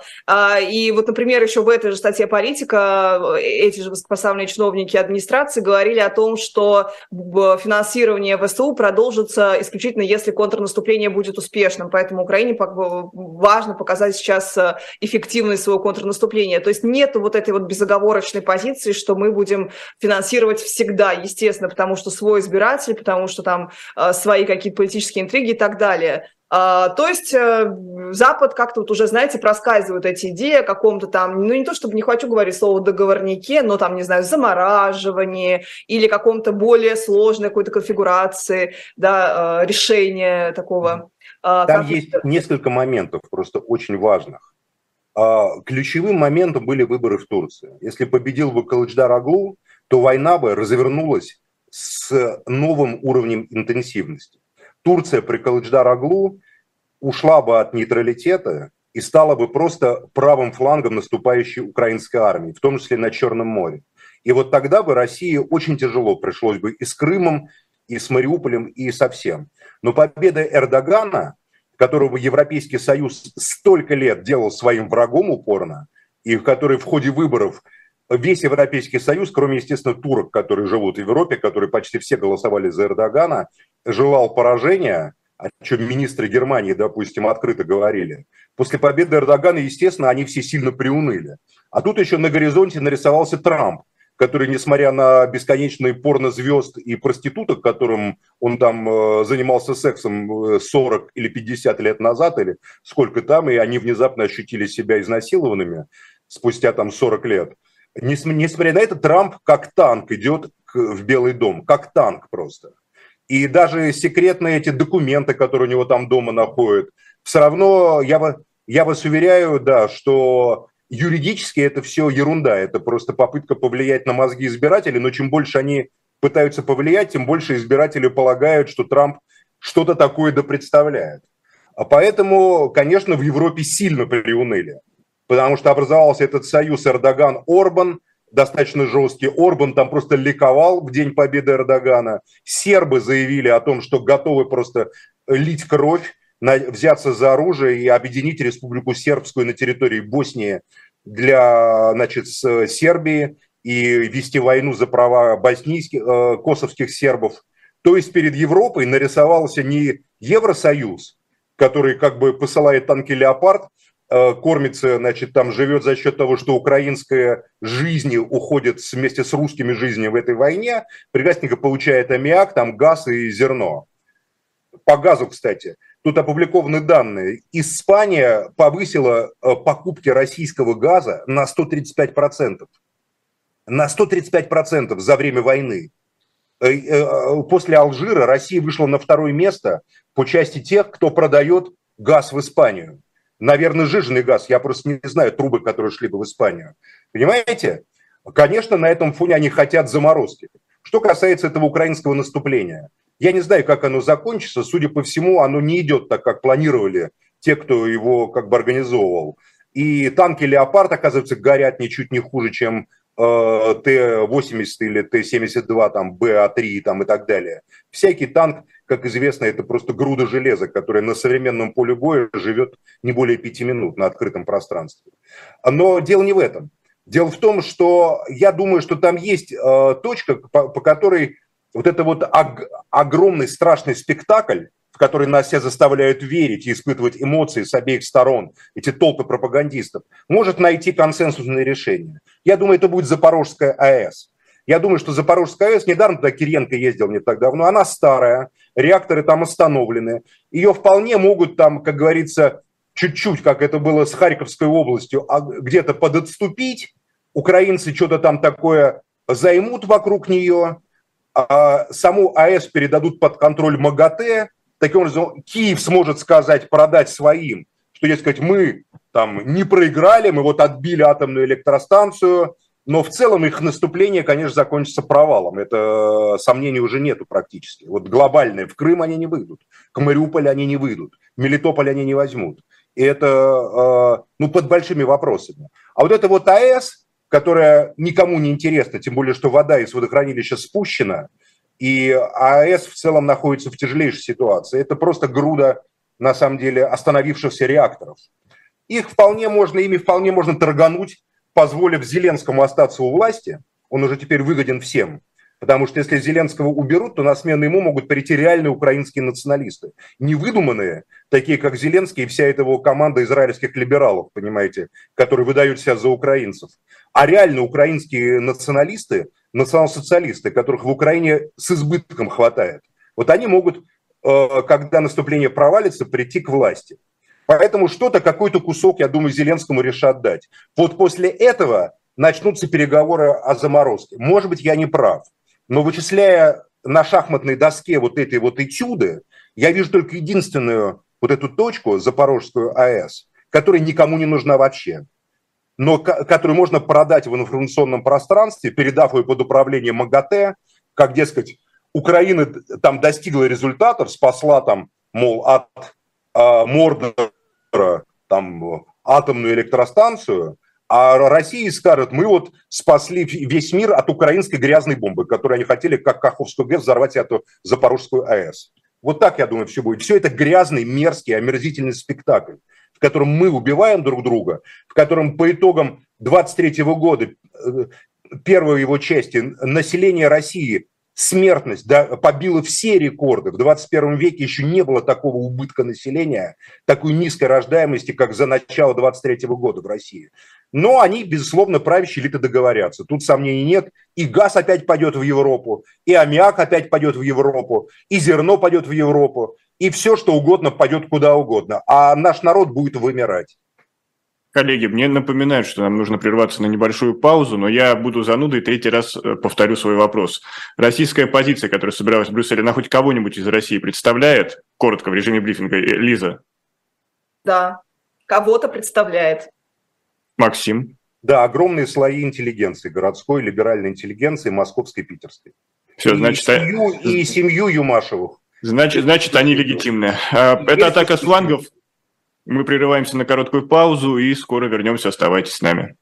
И вот, например, еще в этой же статье «Политика» эти же высокопоставленные чиновники администрации говорили о том, что финансирование ВСУ продолжится исключительно, если контрнаступление будет успешным. Поэтому Украине важно показать сейчас эффективность своего контрнаступления. То есть нет вот этой вот безоговорочной позиции, что мы будем финансировать всегда, естественно, потому что свой избиратель, потому что там свои какие-то политические интриги и так далее. То есть Запад как-то вот уже, знаете, проскальзывают эти идеи о каком-то там, ну не то чтобы не хочу говорить слово договорнике, но там, не знаю, замораживании или каком-то более сложной какой-то конфигурации, да, решения такого. Там есть несколько моментов просто очень важных. Ключевым моментом были выборы в Турции. Если победил бы Кылычдар-Оглу, то война бы развернулась с новым уровнем интенсивности. Турция при Кылычдар-Оглу ушла бы от нейтралитета и стала бы просто правым флангом наступающей украинской армии, в том числе на Черном море. И вот тогда бы России очень тяжело пришлось бы и с Крымом, и с Мариуполем, и со всем. Но победа Эрдогана, которого Европейский Союз столько лет делал своим врагом упорно, и который в ходе выборов весь Европейский Союз, кроме, естественно, турок, которые живут в Европе, которые почти все голосовали за Эрдогана, желал поражения, о чем министры Германии, допустим, открыто говорили. После победы Эрдогана, естественно, они все сильно приуныли. А тут еще на горизонте нарисовался Трамп, который, несмотря на бесконечные порнозвезд и проституток, которым он там занимался сексом 40 или 50 лет назад, или сколько там, и они внезапно ощутили себя изнасилованными спустя там 40 лет. Несмотря на это, Трамп как танк идет в Белый дом, как танк просто. И даже секретные эти документы, которые у него там дома находят, все равно, я вас уверяю, да, что юридически это все ерунда, это просто попытка повлиять на мозги избирателей, но чем больше они пытаются повлиять, тем больше избиратели полагают, что Трамп что-то такое допредставляет. А поэтому, конечно, в Европе сильно приуныли, потому что образовался этот союз Эрдоган-Орбан, достаточно жесткий. Орбан там просто ликовал в день победы Эрдогана. Сербы заявили о том, что готовы просто лить кровь, взяться за оружие и объединить Республику Сербскую на территории Боснии для, значит, Сербии и вести войну за права косовских сербов. То есть перед Европой нарисовался не Евросоюз, который как бы посылает танки «Леопард» кормится, значит, там живет за счет того, что украинская жизнь уходит вместе с русскими жизнями в этой войне, прекрасненько получает аммиак, там газ и зерно. По газу, кстати, тут опубликованы данные. Испания повысила покупки российского газа на 135%. На 135% за время войны. После Алжира Россия вышла на второе место по части тех, кто продает газ в Испанию. Наверное, сжиженный газ, я просто не знаю трубы, которые шли бы в Испанию. Понимаете? Конечно, на этом фоне они хотят заморозки. Что касается этого украинского наступления, я не знаю, как оно закончится. Судя по всему, оно не идет так, как планировали те, кто его как бы организовывал. И танки «Леопард», оказывается, горят ничуть не хуже, чем Т-80 или Т-72, там, БА-3 там, и так далее. Всякий танк, как известно, это просто груда железа, которая на современном поле боя живет не более 5 минут на открытом пространстве. Но дело не в этом. Дело в том, что я думаю, что там есть точка, по которой вот это вот огромный страшный спектакль, в который нас все заставляют верить и испытывать эмоции с обеих сторон, эти толпы пропагандистов, может найти консенсусное решение. Я думаю, это будет Запорожская АЭС. Я думаю, что Запорожская АЭС, недаром туда Кириенко ездил не так давно, она старая, реакторы там остановлены. Ее вполне могут там, как говорится, чуть-чуть, как это было с Харьковской областью, где-то подотступить. Украинцы что-то там такое займут вокруг нее, а саму АЭС передадут под контроль МАГАТЭ. Таким образом, Киев сможет сказать, продать своим, что, дескать, мы там не проиграли, мы вот отбили атомную электростанцию, но в целом их наступление, конечно, закончится провалом. Это сомнений уже нету практически. Вот глобальное, в Крым они не выйдут, к Мариуполю они не выйдут, Мелитополь они не возьмут. И это, под большими вопросами. А вот эта вот АЭС, которая никому не интересна, тем более, что вода из водохранилища спущена, и АЭС в целом находится в тяжелейшей ситуации. Это просто груда, на самом деле, остановившихся реакторов. Ими вполне можно торгануть, позволив Зеленскому остаться у власти. Он уже теперь выгоден всем. Потому что если Зеленского уберут, то на смену ему могут прийти реальные украинские националисты. Не выдуманные, такие как Зеленский и вся эта его команда израильских либералов, понимаете, которые выдают себя за украинцев. А реально украинские националисты, национал-социалисты, которых в Украине с избытком хватает, вот они могут, когда наступление провалится, прийти к власти. Поэтому что-то, какой-то кусок, я думаю, Зеленскому решат дать. Вот после этого начнутся переговоры о заморозке. Может быть, я не прав, но вычисляя на шахматной доске вот эти вот этюды, я вижу только единственную вот эту точку, Запорожскую АЭС, которая никому не нужна вообще, но которую можно продать в информационном пространстве, передав ее под управление МАГАТЭ, как, дескать, Украина там достигла результатов, спасла там, мол, от Мордора там атомную электростанцию, а Россия скажет, мы вот спасли весь мир от украинской грязной бомбы, которую они хотели, как Каховскую ГЭС, взорвать эту Запорожскую АЭС. Вот так, я думаю, все будет. Все это грязный, мерзкий, омерзительный спектакль, в котором мы убиваем друг друга, в котором по итогам 23 года, первой его части, население России, смертность побила все рекорды. В 21 веке еще не было такого убытка населения, такой низкой рождаемости, как за начало 23 года в России. Но они, безусловно, правящие элиты договорятся. Тут сомнений нет. И газ опять пойдет в Европу, и аммиак опять пойдет в Европу, и зерно пойдет в Европу, и все, что угодно, пойдет куда угодно. А наш народ будет вымирать. Коллеги, мне напоминают, что нам нужно прерваться на небольшую паузу, но я буду занудой, третий раз повторю свой вопрос. Российская оппозиция, которая собиралась в Брюсселе, она хоть кого-нибудь из России представляет? Коротко, в режиме брифинга. Лиза? Да, кого-то представляет. Максим? Да, огромные слои интеллигенции, городской, либеральной интеллигенции, московской, питерской. Все, значит, и семью Юмашевых. Значит, они легитимны. Это атака с флангов. Мы прерываемся на короткую паузу и скоро вернемся. Оставайтесь с нами.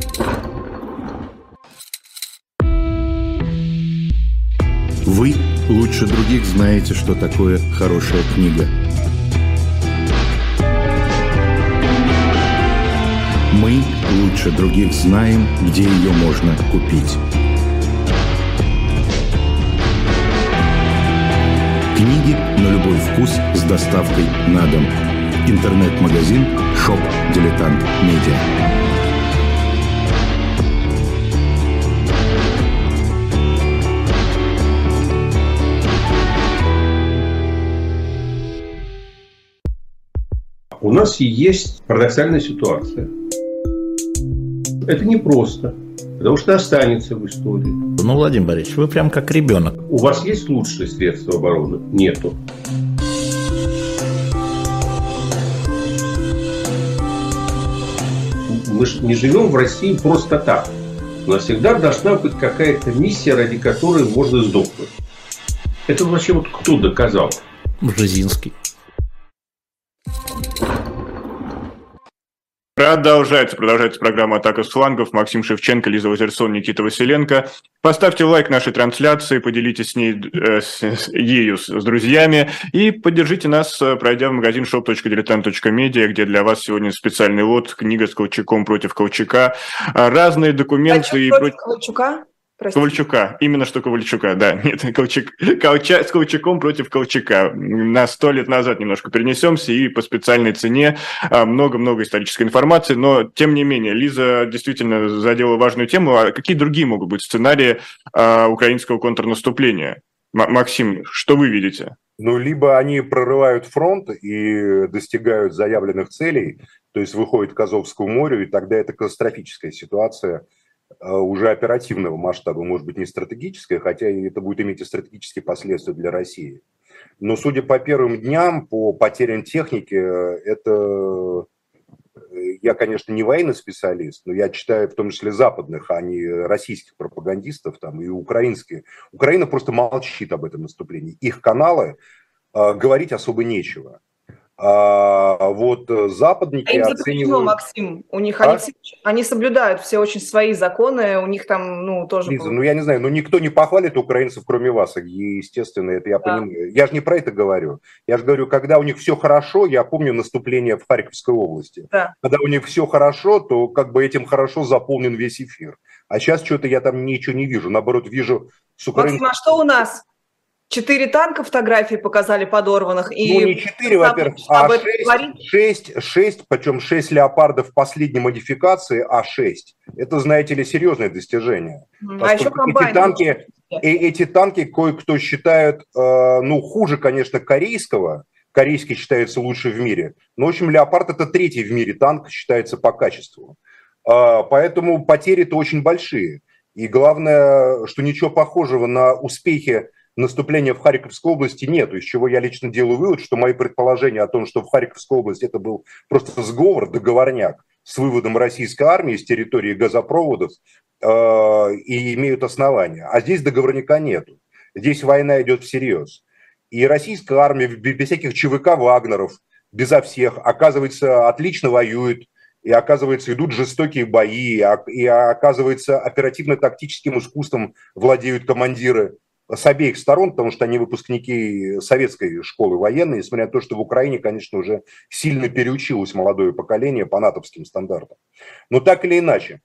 Вы лучше других знаете, что такое хорошая книга. Мы лучше других знаем, где ее можно купить. Книги на любой вкус с доставкой на дом. Интернет-магазин Шоп «Дилетант Медиа». У нас есть парадоксальная ситуация. Это непросто, потому что останется в истории. Ну, Владимир Борисович, вы прям как ребенок. У вас есть лучшие средства обороны? Нету. Мы же не живем в России просто так. У нас всегда должна быть какая-то миссия, ради которой можно сдохнуть. Это вообще вот кто доказал? Бжезинский. Продолжается программа «Атака с флангов». Максим Шевченко, Лиза Лазерсон, Никита Василенко. Поставьте лайк нашей трансляции, поделитесь ею с друзьями и поддержите нас, пройдя в магазин shop.diletant.media, где для вас сегодня специальный лот, книга с Ковальчуком против Колчака, разные документы. Против Ковальчука? Простите. Ковальчука, именно что Ковальчука, да, нет, с Колчаком против Колчака. На 100 лет назад немножко перенесемся и по специальной цене много-много исторической информации, но тем не менее, Лиза действительно задела важную тему. А какие другие могут быть сценарии украинского контрнаступления? Максим, что вы видите? Ну, либо они прорывают фронт и достигают заявленных целей, то есть выходят к Азовскому морю, и тогда это катастрофическая ситуация, уже оперативного масштаба, может быть, не стратегическое, хотя это будет иметь и стратегические последствия для России. Но судя по первым дням, по потерям техники, это... Я, конечно, не военный специалист, но я читаю в том числе западных, а не российских пропагандистов, там, и украинские. Украина просто молчит об этом наступлении. Их каналы говорить особо нечего. Вот западники им запрещено, Максим, у них они соблюдают все очень свои законы, у них там, тоже... Лиза, я не знаю, никто не похвалит украинцев, кроме вас, и, естественно, это я понимаю. Я же не про это говорю. Я же говорю, когда у них все хорошо, я помню наступление в Харьковской области. Да. Когда у них все хорошо, то как бы этим хорошо заполнен весь эфир. А сейчас что-то я там ничего не вижу. Наоборот, вижу с Украиной... Максим, а что у нас? 4 танка фотографии показали подорванных. И не 4, во-первых, а 6, причем 6 леопардов последней модификации, а 6. Это, знаете ли, серьезное достижение. А еще комбайн. Эти танки кое-кто считает, хуже, конечно, корейского. Корейский считается лучше в мире. Но, в общем, леопард – это 3-й в мире танк, считается по качеству. Поэтому потери-то очень большие. И главное, что ничего похожего на успехи наступления в Харьковской области нет, из чего я лично делаю вывод, что мои предположения о том, что в Харьковской области это был просто сговор, договорняк с выводом российской армии с территории газопроводов, и имеют основания. А здесь договорняка нету. Здесь война идет всерьез. И российская армия без всяких ЧВК Вагнеров, безо всех, оказывается, отлично воюет, и, оказывается, идут жестокие бои, и, оказывается, оперативно-тактическим искусством владеют командиры с обеих сторон, потому что они выпускники советской школы военной, несмотря на то, что в Украине, конечно, уже сильно переучилось молодое поколение по натовским стандартам. Но так или иначе,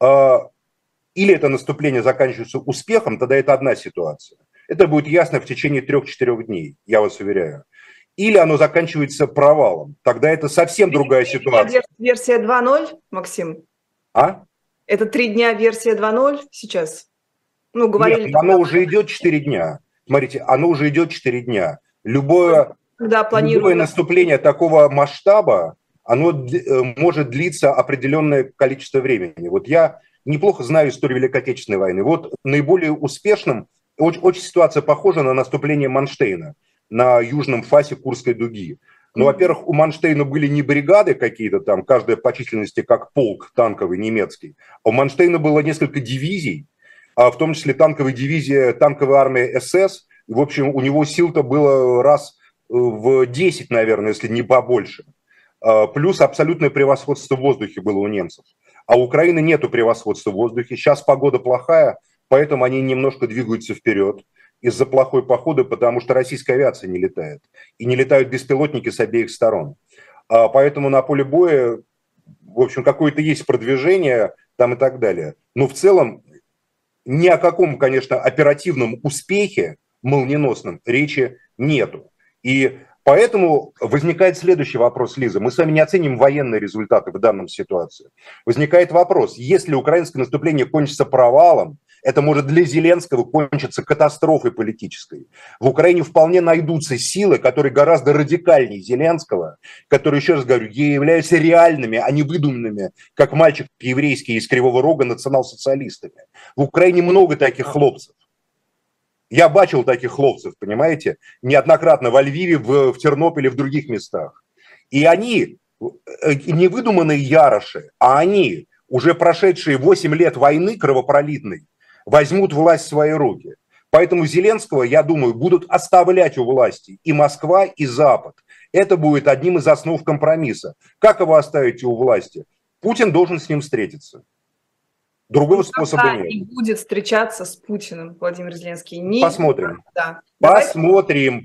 или это наступление заканчивается успехом, тогда это одна ситуация. Это будет ясно в течение 3-4 дней, я вас уверяю. Или оно заканчивается провалом, тогда это совсем другая ситуация. Версия 2.0, Максим? Это 3 дня версия 2.0 сейчас? Нет, оно уже идет 4 дня. Смотрите, оно уже идет 4 дня. Любое наступление такого масштаба, оно может длиться определенное количество времени. Вот я неплохо знаю историю Великой Отечественной войны. Вот наиболее успешным, очень ситуация похожа на наступление Манштейна на южном фасе Курской дуги. Во-первых, у Манштейна были не бригады какие-то там, каждая по численности как полк танковый немецкий, а у Манштейна было несколько дивизий, в том числе танковая дивизия, танковая армия СС. В общем, у него сил-то было раз в 10, наверное, если не побольше. Плюс абсолютное превосходство в воздухе было у немцев. А у Украины нету превосходства в воздухе. Сейчас погода плохая, поэтому они немножко двигаются вперед из-за плохой погоды, потому что российская авиация не летает. И не летают беспилотники с обеих сторон. Поэтому на поле боя, в общем, какое-то есть продвижение там и так далее. Но в целом ни о каком, конечно, оперативном успехе молниеносном речи нету. И Поэтому возникает следующий вопрос, Лиза. Мы с вами не оценим военные результаты в данном ситуации. Возникает вопрос, если украинское наступление кончится провалом, это может для Зеленского кончиться катастрофой политической. В Украине вполне найдутся силы, которые гораздо радикальнее Зеленского, которые, еще раз говорю, являются реальными, а не выдуманными, как мальчик еврейский из Кривого Рога, национал-социалистами. В Украине много таких хлопцев. Я бачил таких хлопцев, понимаете, неоднократно во Львиве, в Тернополе, в других местах. И они, не выдуманные яроши, а они, уже прошедшие 8 лет войны кровопролитной, возьмут власть в свои руки. Поэтому Зеленского, я думаю, будут оставлять у власти и Москва, и Запад. Это будет одним из основ компромисса. Как его оставить у власти? Путин должен с ним встретиться. Другого способа нет. Не будет встречаться с Путиным Владимир Зеленский. Посмотрим. Да. Посмотрим.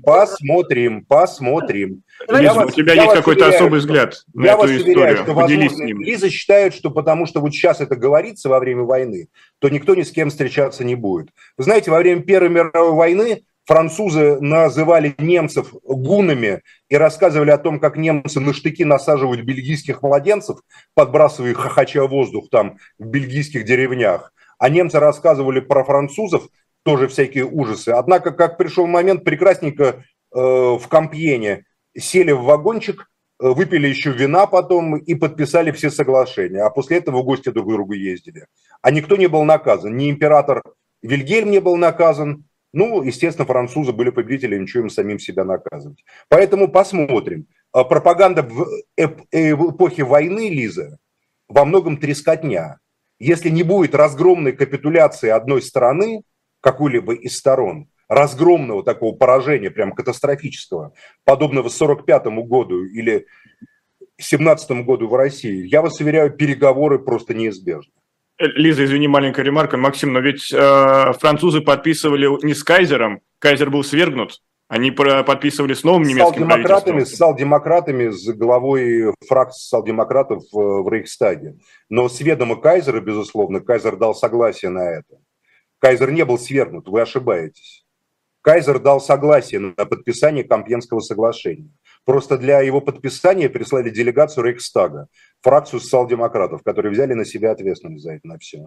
Лиза, у тебя есть какой-то особый взгляд на эту историю? Поделись с ним. Лиза считает, что потому что вот сейчас это говорится во время войны, то никто ни с кем встречаться не будет. Вы знаете, во время Первой мировой войны французы называли немцев гуннами и рассказывали о том, как немцы на штыки насаживают бельгийских младенцев, подбрасывая их хохоча воздух там в бельгийских деревнях. А немцы рассказывали про французов тоже всякие ужасы. Однако, как пришел момент, прекрасненько в Кампьене сели в вагончик, выпили еще вина потом и подписали все соглашения. А после этого в гости друг к другу ездили. А никто не был наказан. Ни император Вильгельм не был наказан. Ну, естественно, французы были победители, ничего им самим себя наказывать. Поэтому посмотрим. Пропаганда в эпохе войны, Лиза, во многом трескотня. Если не будет разгромной капитуляции одной стороны, какой-либо из сторон, разгромного такого поражения, прям катастрофического, подобного 1945 году или 1917 году в России, я вас уверяю, переговоры просто неизбежны. Лиза, извини, маленькая ремарка. Максим, но ведь французы подписывали не с кайзером, кайзер был свергнут, они подписывали с новым немецким правительством. С социал-демократами, с главой фракции социал-демократов в Рейхстаге. Но с ведома кайзера, безусловно, кайзер дал согласие на это. Кайзер не был свергнут, вы ошибаетесь. Кайзер дал согласие на подписание Компьенского соглашения. Просто для его подписания прислали делегацию Рейхстага, фракцию социал-демократов, которые взяли на себя ответственность за это, на все.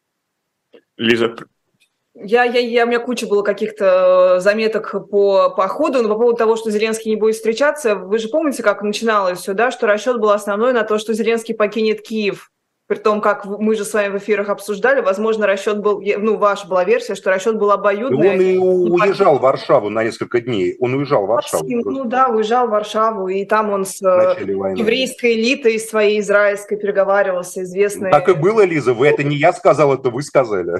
Лиза. У меня куча было каких-то заметок по ходу, но по поводу того, что Зеленский не будет встречаться, вы же помните, как начиналось все, да, что расчет был основной на то, что Зеленский покинет Киев. При том, как мы же с вами в эфирах обсуждали, возможно, расчет был, ну, ваша была версия, что расчет был обоюдный. Он и уезжал в Варшаву на несколько дней. Он уезжал в Варшаву. Ну да, уезжал в Варшаву, и там он с еврейской элитой своей израильской переговаривался, известной. Так и было, Лиза, это не я сказал, это вы сказали.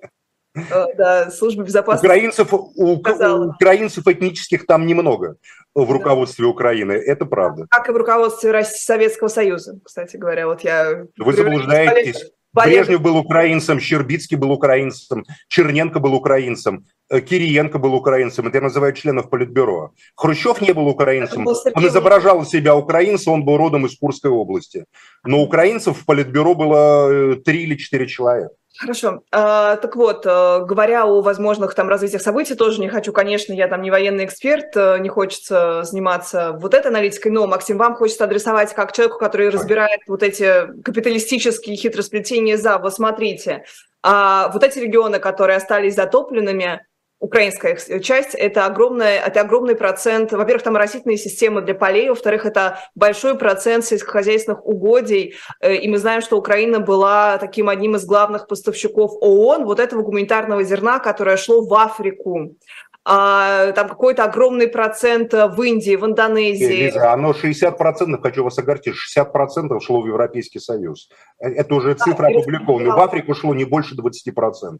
Да, служба безопасности. Украинцев этнических там немного в руководстве Украины, это правда. Как и в руководстве Советского Союза, кстати говоря. Вот я... Вы заблуждаетесь. Брежнев был украинцем, Щербицкий был украинцем, Черненко был украинцем, Кириенко был украинцем. Это я называю членов Политбюро. Хрущев не был украинцем. Он изображал себя украинцем, он был родом из Курской области. Но украинцев в Политбюро было 3 или 4 человека. Хорошо. Так вот, говоря о возможных там развитиях событий, тоже не хочу, конечно, я там не военный эксперт, не хочется заниматься вот этой аналитикой, но, Максим, вам хочется адресовать как человеку, который разбирает вот эти капиталистические хитросплетения за. Вот смотрите, вот эти регионы, которые остались затопленными, украинская часть, это огромный процент. Во-первых, там растительные системы для полей, во-вторых, это большой процент сельскохозяйственных угодий, и мы знаем, что Украина была таким одним из главных поставщиков ООН вот этого гуманитарного зерна, которое шло в Африку. Там какой-то огромный процент в Индии, в Индонезии. Лиза, оно 60%, хочу вас огорчить, 60% шло в Европейский Союз. Это уже цифра опубликована. В Африку шло не больше 20%.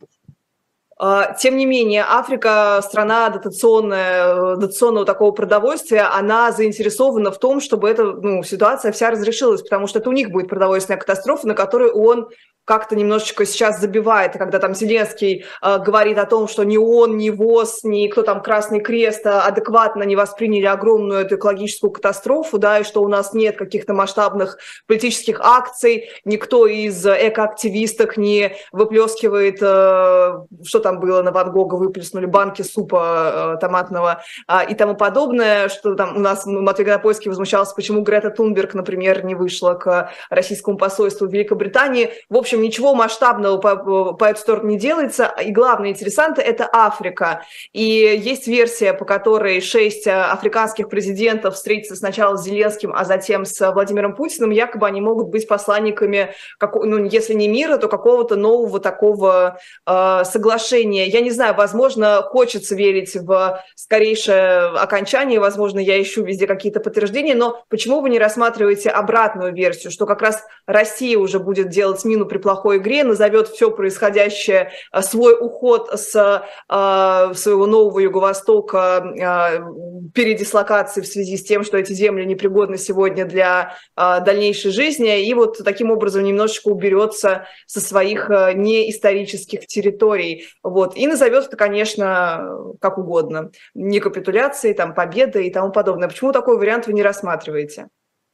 Тем не менее, Африка, страна дотационного такого продовольствия, она заинтересована в том, чтобы эта ситуация вся разрешилась, потому что это у них будет продовольственная катастрофа, на которую ООН как-то немножечко сейчас забивает, когда там Зеленский говорит о том, что ни он, ни ВОЗ, ни кто там Красный Крест адекватно не восприняли огромную эту экологическую катастрофу, да, и что у нас нет каких-то масштабных политических акций, никто из экоактивисток не выплескивает, что там было на Ван Гога, выплеснули банки супа томатного и тому подобное, что там у нас Матвей Гонопольский возмущался, почему Грета Тунберг, например, не вышла к российскому посольству в Великобритании. В общем, ничего масштабного по эту сторону не делается. И главные интересанты – это Африка. И есть версия, по которой 6 африканских президентов встретятся сначала с Зеленским, а затем с Владимиром Путиным. Якобы они могут быть посланниками, если не мира, то какого-то нового такого соглашения. Я не знаю, возможно, хочется верить в скорейшее окончание, возможно, я ищу везде какие-то подтверждения, но почему вы не рассматриваете обратную версию, что как раз Россия уже будет делать мину при плохой игре, назовет все происходящее, свой уход с своего нового Юго-Востока, передислокации в связи с тем, что эти земли непригодны сегодня для дальнейшей жизни, и вот таким образом немножечко уберется со своих неисторических территорий. Вот. И назовет это, конечно, как угодно. Не капитуляцией, там, победой и тому подобное. Почему такой вариант вы не рассматриваете?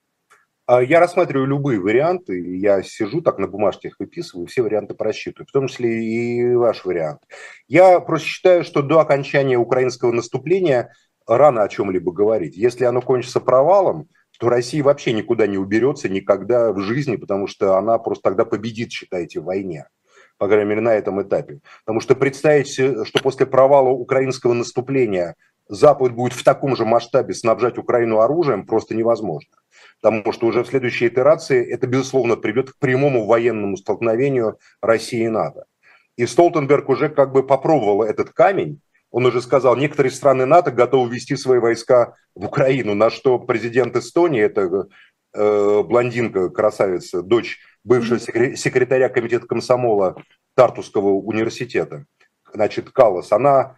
Я рассматриваю любые варианты, я сижу так на бумажке их выписываю, все варианты просчитываю, в том числе и ваш вариант. Я просто считаю, что до окончания украинского наступления рано о чем-либо говорить. Если оно кончится провалом, то Россия вообще никуда не уберется никогда в жизни, потому что она просто тогда победит, считайте, в войне. По крайней мере, на этом этапе. Потому что представить, что после провала украинского наступления Запад будет в таком же масштабе снабжать Украину оружием, просто невозможно. Потому что уже в следующей итерации это, безусловно, приведет к прямому военному столкновению России и НАТО. И Столтенберг уже как бы попробовал этот камень. Он уже сказал, некоторые страны НАТО готовы ввести свои войска в Украину, на что президент Эстонии, это блондинка, красавица, дочь бывшего секретаря комитета комсомола Тартусского университета, значит, Каллас, она...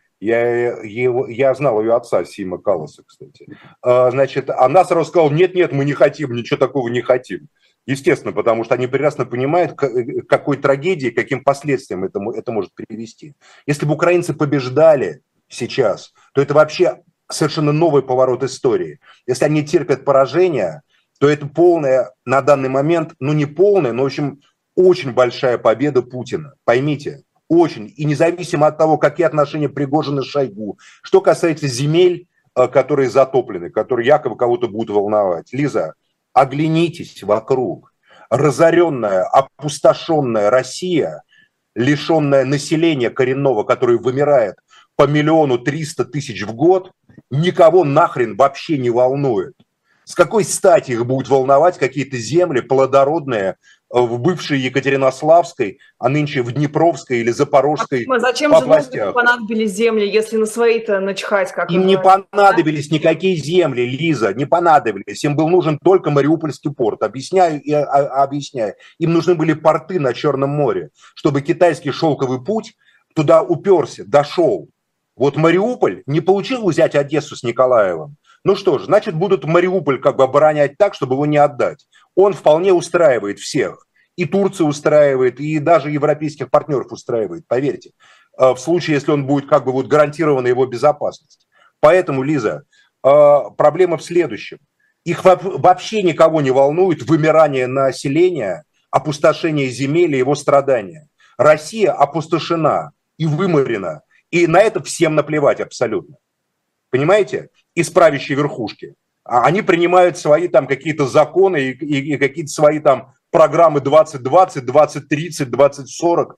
Я знал ее отца, Сима Калласа, кстати. Значит, она сразу сказала, нет, мы не хотим, ничего такого не хотим. Естественно, потому что они прекрасно понимают, к какой трагедии, каким последствиям это может привести. Если бы украинцы побеждали сейчас, то это вообще совершенно новый поворот истории. Если они терпят поражение, то это полная на данный момент, не полная, но, в общем, очень большая победа Путина. Поймите. Очень. И независимо от того, какие отношения Пригожина с Шойгу. Что касается земель, которые затоплены, которые якобы кого-то будут волновать. Лиза, оглянитесь вокруг. Разоренная, опустошенная Россия, лишенная населения коренного, которое вымирает по 1 300 000 в год, никого нахрен вообще не волнует. С какой стати их будут волновать какие-то земли плодородные, в бывшей Екатеринославской, а нынче в Днепровской или Запорожской областях. Зачем же понадобились земли, если на свои-то начхать? Им не понадобились никакие земли, Лиза, не понадобились. Им был нужен только Мариупольский порт. Объясняю и объясняю. Им нужны были порты на Черном море, чтобы китайский шелковый путь туда уперся, дошел. Вот Мариуполь не получил взять Одессу с Николаевым. Ну что ж, значит, будут Мариуполь как бы оборонять так, чтобы его не отдать. Он вполне устраивает всех. И Турцию устраивает, и даже европейских партнеров устраивает, поверьте. В случае, если он будет как бы вот гарантирована его безопасность. Поэтому, Лиза, проблема в следующем. Их вообще никого не волнует вымирание населения, опустошение земель и его страдания. Россия опустошена и выморена. И на это всем наплевать абсолютно. Понимаете? Из правящей верхушки. Они принимают свои там какие-то законы и какие-то свои там программы 2020, 2030, 2040,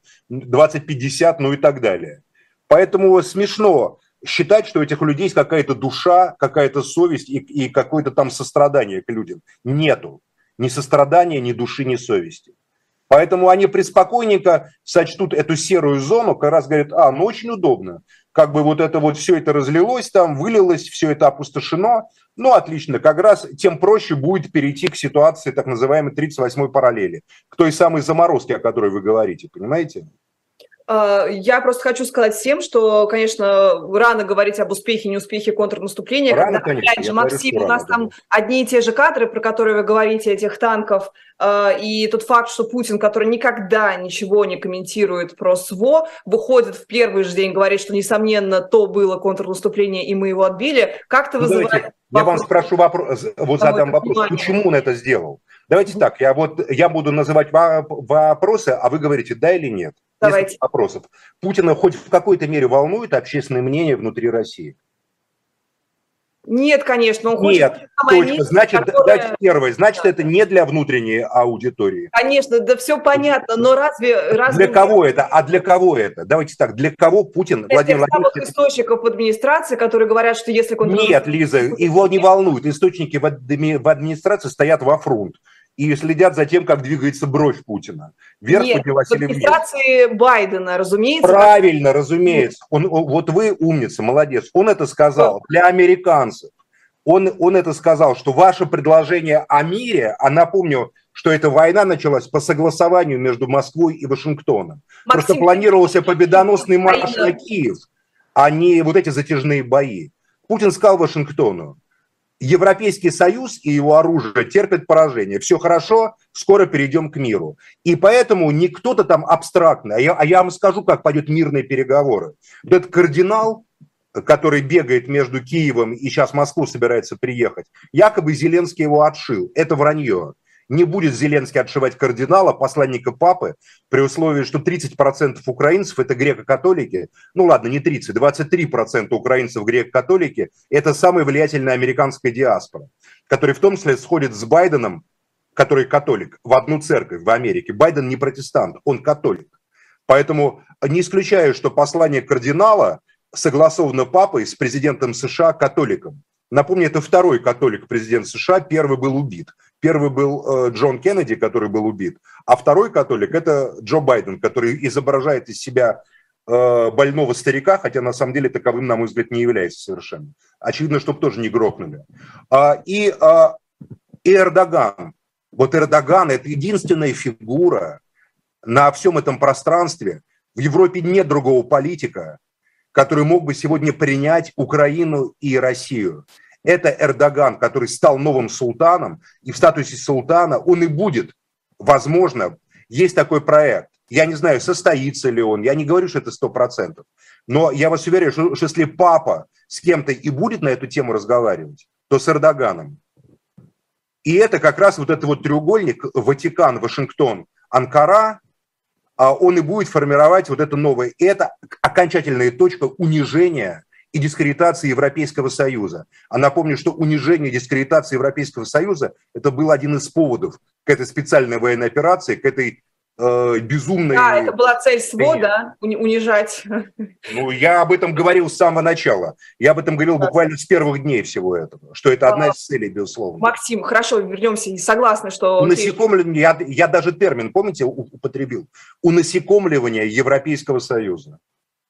2050, ну и так далее. Поэтому смешно считать, что у этих людей есть какая-то душа, какая-то совесть и какое-то там сострадание к людям. Нету. Ни сострадания, ни души, ни совести. Поэтому они преспокойненько сочтут эту серую зону, как раз говорят, ну очень удобно. Как бы вот это вот все это разлилось там, вылилось, все это опустошено. Ну отлично, как раз тем проще будет перейти к ситуации так называемой 38-й параллели, к той самой заморозке, о которой вы говорите, понимаете? Я просто хочу сказать всем, что, конечно, рано говорить об успехе и неуспехе контрнаступления. Рано, Когда, конечно, опять же, Максим, у нас там одни и те же кадры, про которые вы говорите, этих танков, и тот факт, что Путин, который никогда ничего не комментирует про СВО, выходит в первый же день, говорит, что, несомненно, то было контрнаступление, и мы его отбили. Как-то вызывает... Я вам спрошу вопрос, задам вопрос, почему он это сделал? Давайте так, я буду называть вопросы, а вы говорите да или нет. Давайте. Вопросов. Путина хоть в какой-то мере волнует общественное мнение внутри России? Нет, конечно. Он хочет... Нет, точно. Значит, дайте первое. Значит, это не для внутренней аудитории. Конечно, да все понятно, но разве... Для кого это? А для кого это? Давайте так, для кого Путин... Владимир Владимирович... источников администрации, которые говорят, что если... Нет, Лиза, его не волнует. Источники в администрации стоят во фронт и следят за тем, как двигается бровь Путина. Вверх поднялась или вниз. В администрации Байдена, разумеется. Правильно, разумеется. Вот вы умница, молодец. Он это сказал для американцев. Он это сказал, что ваше предложение о мире, а напомню, что эта война началась по согласованию между Москвой и Вашингтоном. Просто планировался победоносный марш на Киев, а не вот эти затяжные бои. Путин сказал Вашингтону: Европейский Союз и его оружие терпят поражение. Все хорошо, скоро перейдем к миру. И поэтому не кто-то там абстрактно, а я вам скажу, как пойдут мирные переговоры. Вот этот кардинал, который бегает между Киевом и сейчас в Москву собирается приехать, якобы Зеленский его отшил. Это вранье. Не будет Зеленский отшивать кардинала, посланника папы, при условии, что 30% украинцев – это греко-католики. Ну ладно, не 30, 23% украинцев греко-католики – это самая влиятельная американская диаспора, которая в том числе сходит с Байденом, который католик, в одну церковь в Америке. Байден не протестант, он католик. Поэтому не исключаю, что послание кардинала согласовано папой с президентом США католиком. Напомню, это второй католик президент США, первый был убит. Первый был Джон Кеннеди, который был убит, а второй католик – это Джо Байден, который изображает из себя больного старика, хотя на самом деле таковым, на мой взгляд, не является совершенно. Очевидно, чтобы тоже не грохнули. И Эрдоган. Вот Эрдоган – это единственная фигура на всем этом пространстве. В Европе нет другого политика, который мог бы сегодня принять Украину и Россию. Это Эрдоган, который стал новым султаном, и в статусе султана он и будет, возможно, есть такой проект. Я не знаю, состоится ли он, я не говорю, что это 100%, но я вас уверяю, что если папа с кем-то и будет на эту тему разговаривать, то с Эрдоганом. И это как раз вот этот вот треугольник Ватикан, Вашингтон, Анкара, он и будет формировать вот это новое. И это окончательная точка унижения и дискредитации Европейского Союза. А напомню, что унижение и дискредитация Европейского Союза – это был один из поводов к этой специальной военной операции, к этой безумной... Да, это была цель СВО, да, унижать. Ну, я об этом говорил с самого начала. Я об этом говорил буквально с первых дней всего этого, что это одна из целей, безусловно. Максим, хорошо, вернемся, и согласны, что... Унасекомливание, я даже термин, помните, употребил? Унасекомливание Европейского Союза.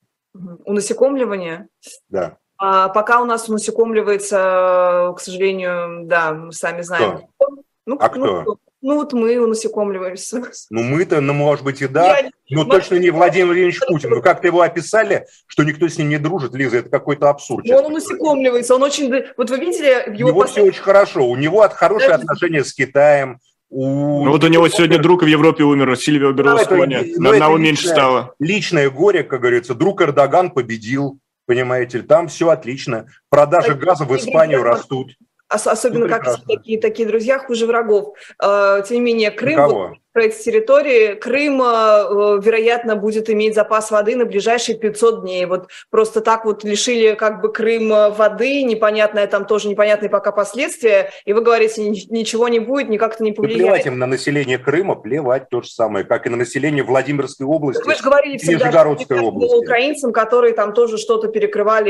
Унасекомливание? Да. Пока у нас унасекомливается, к сожалению, да, мы сами знаем. Кто? Кто? Ну вот мы унасекомливаемся. Ну мы-то, ну может быть и да, но точно не Владимир Владимирович Путин. Вы как-то его описали, что никто с ним не дружит, Лиза, это какой-то абсурд. Он унасекомливается, он очень... Вот вы видели... У него все очень хорошо, у него хорошие отношения с Китаем. Ну вот у него сегодня друг в Европе умер, Сильвио Берлускони, на одного меньше стало. Личное горе, как говорится, друг Эрдоган победил, понимаете, там все отлично. Продажи газа в Испанию растут. Особенно как такие друзья хуже врагов. Тем не менее, Крым, про эти территории, Крым, вероятно, будет иметь запас воды на ближайшие 500 дней. Вот просто так вот лишили как бы Крым воды, непонятное там тоже непонятные пока последствия, и вы говорите, ничего не будет, никак-то не повлияет. Плевать им на население Крыма, плевать то же самое, как и на население Владимирской области. Вы же говорили всегда, что украинцам, которые там тоже что-то перекрывали,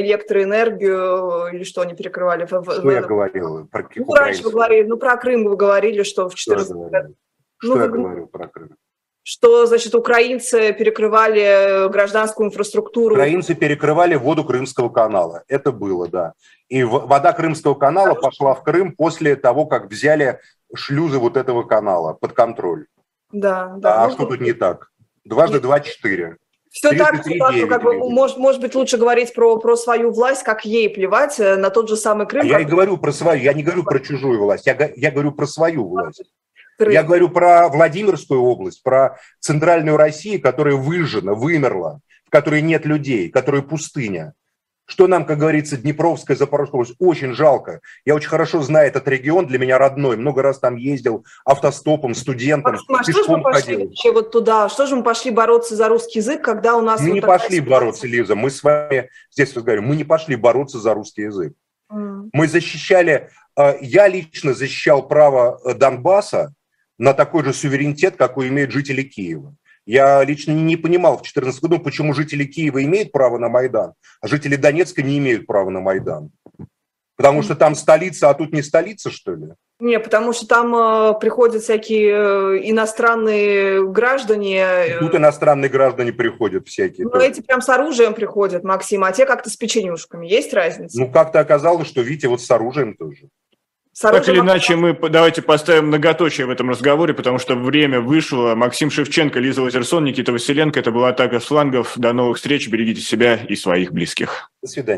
электроэнергию, или что они перекрывали? Что я говорил? Раньше вы говорили, про Крым вы говорили, что в 2014 году. Что я говорю про Крым? Что, значит, украинцы перекрывали гражданскую инфраструктуру? Украинцы перекрывали воду Крымского канала. Это было, да. И вода Крымского канала пошла в Крым после того, как взяли шлюзы вот этого канала под контроль. Да. А что тут не так? Дважды 2 – 4. Все так, 309 как бы, видели. может быть, лучше говорить про свою власть, как ей плевать на тот же самый Крым. Я и говорю про свою, я не говорю про чужую власть, я говорю про свою власть. Крым. Я говорю про Владимирскую область, про центральную Россию, которая выжжена, вымерла, в которой нет людей, которая пустыня. Что нам, как говорится, Днепровская, Запорожская область, очень жалко. Я очень хорошо знаю этот регион, для меня родной. Много раз там ездил автостопом, студентом, Максим, что же мы пошли вообще вот туда? Что же мы пошли бороться за русский язык, когда у нас... Мы вот не пошли бороться, Лиза. Мы с вами здесь разговариваем. Мы не пошли бороться за русский язык. Мы защищали... Я лично защищал право Донбасса на такой же суверенитет, какой имеют жители Киева. Я лично не понимал в 2014 году, почему жители Киева имеют право на Майдан, а жители Донецка не имеют права на Майдан. Потому что там столица, а тут не столица, что ли? Не, потому что там приходят всякие иностранные граждане. Тут иностранные граждане приходят всякие. Ну, эти прям с оружием приходят, Максим, а те как-то с печенюшками. Есть разница? Ну, как-то оказалось, что, видите, вот с оружием тоже. Так или иначе, мы давайте поставим многоточие в этом разговоре, потому что время вышло. Максим Шевченко, Лиза Лазерсон, Никита Василенко. Это была «Атака с флангов». До новых встреч. Берегите себя и своих близких. До свидания.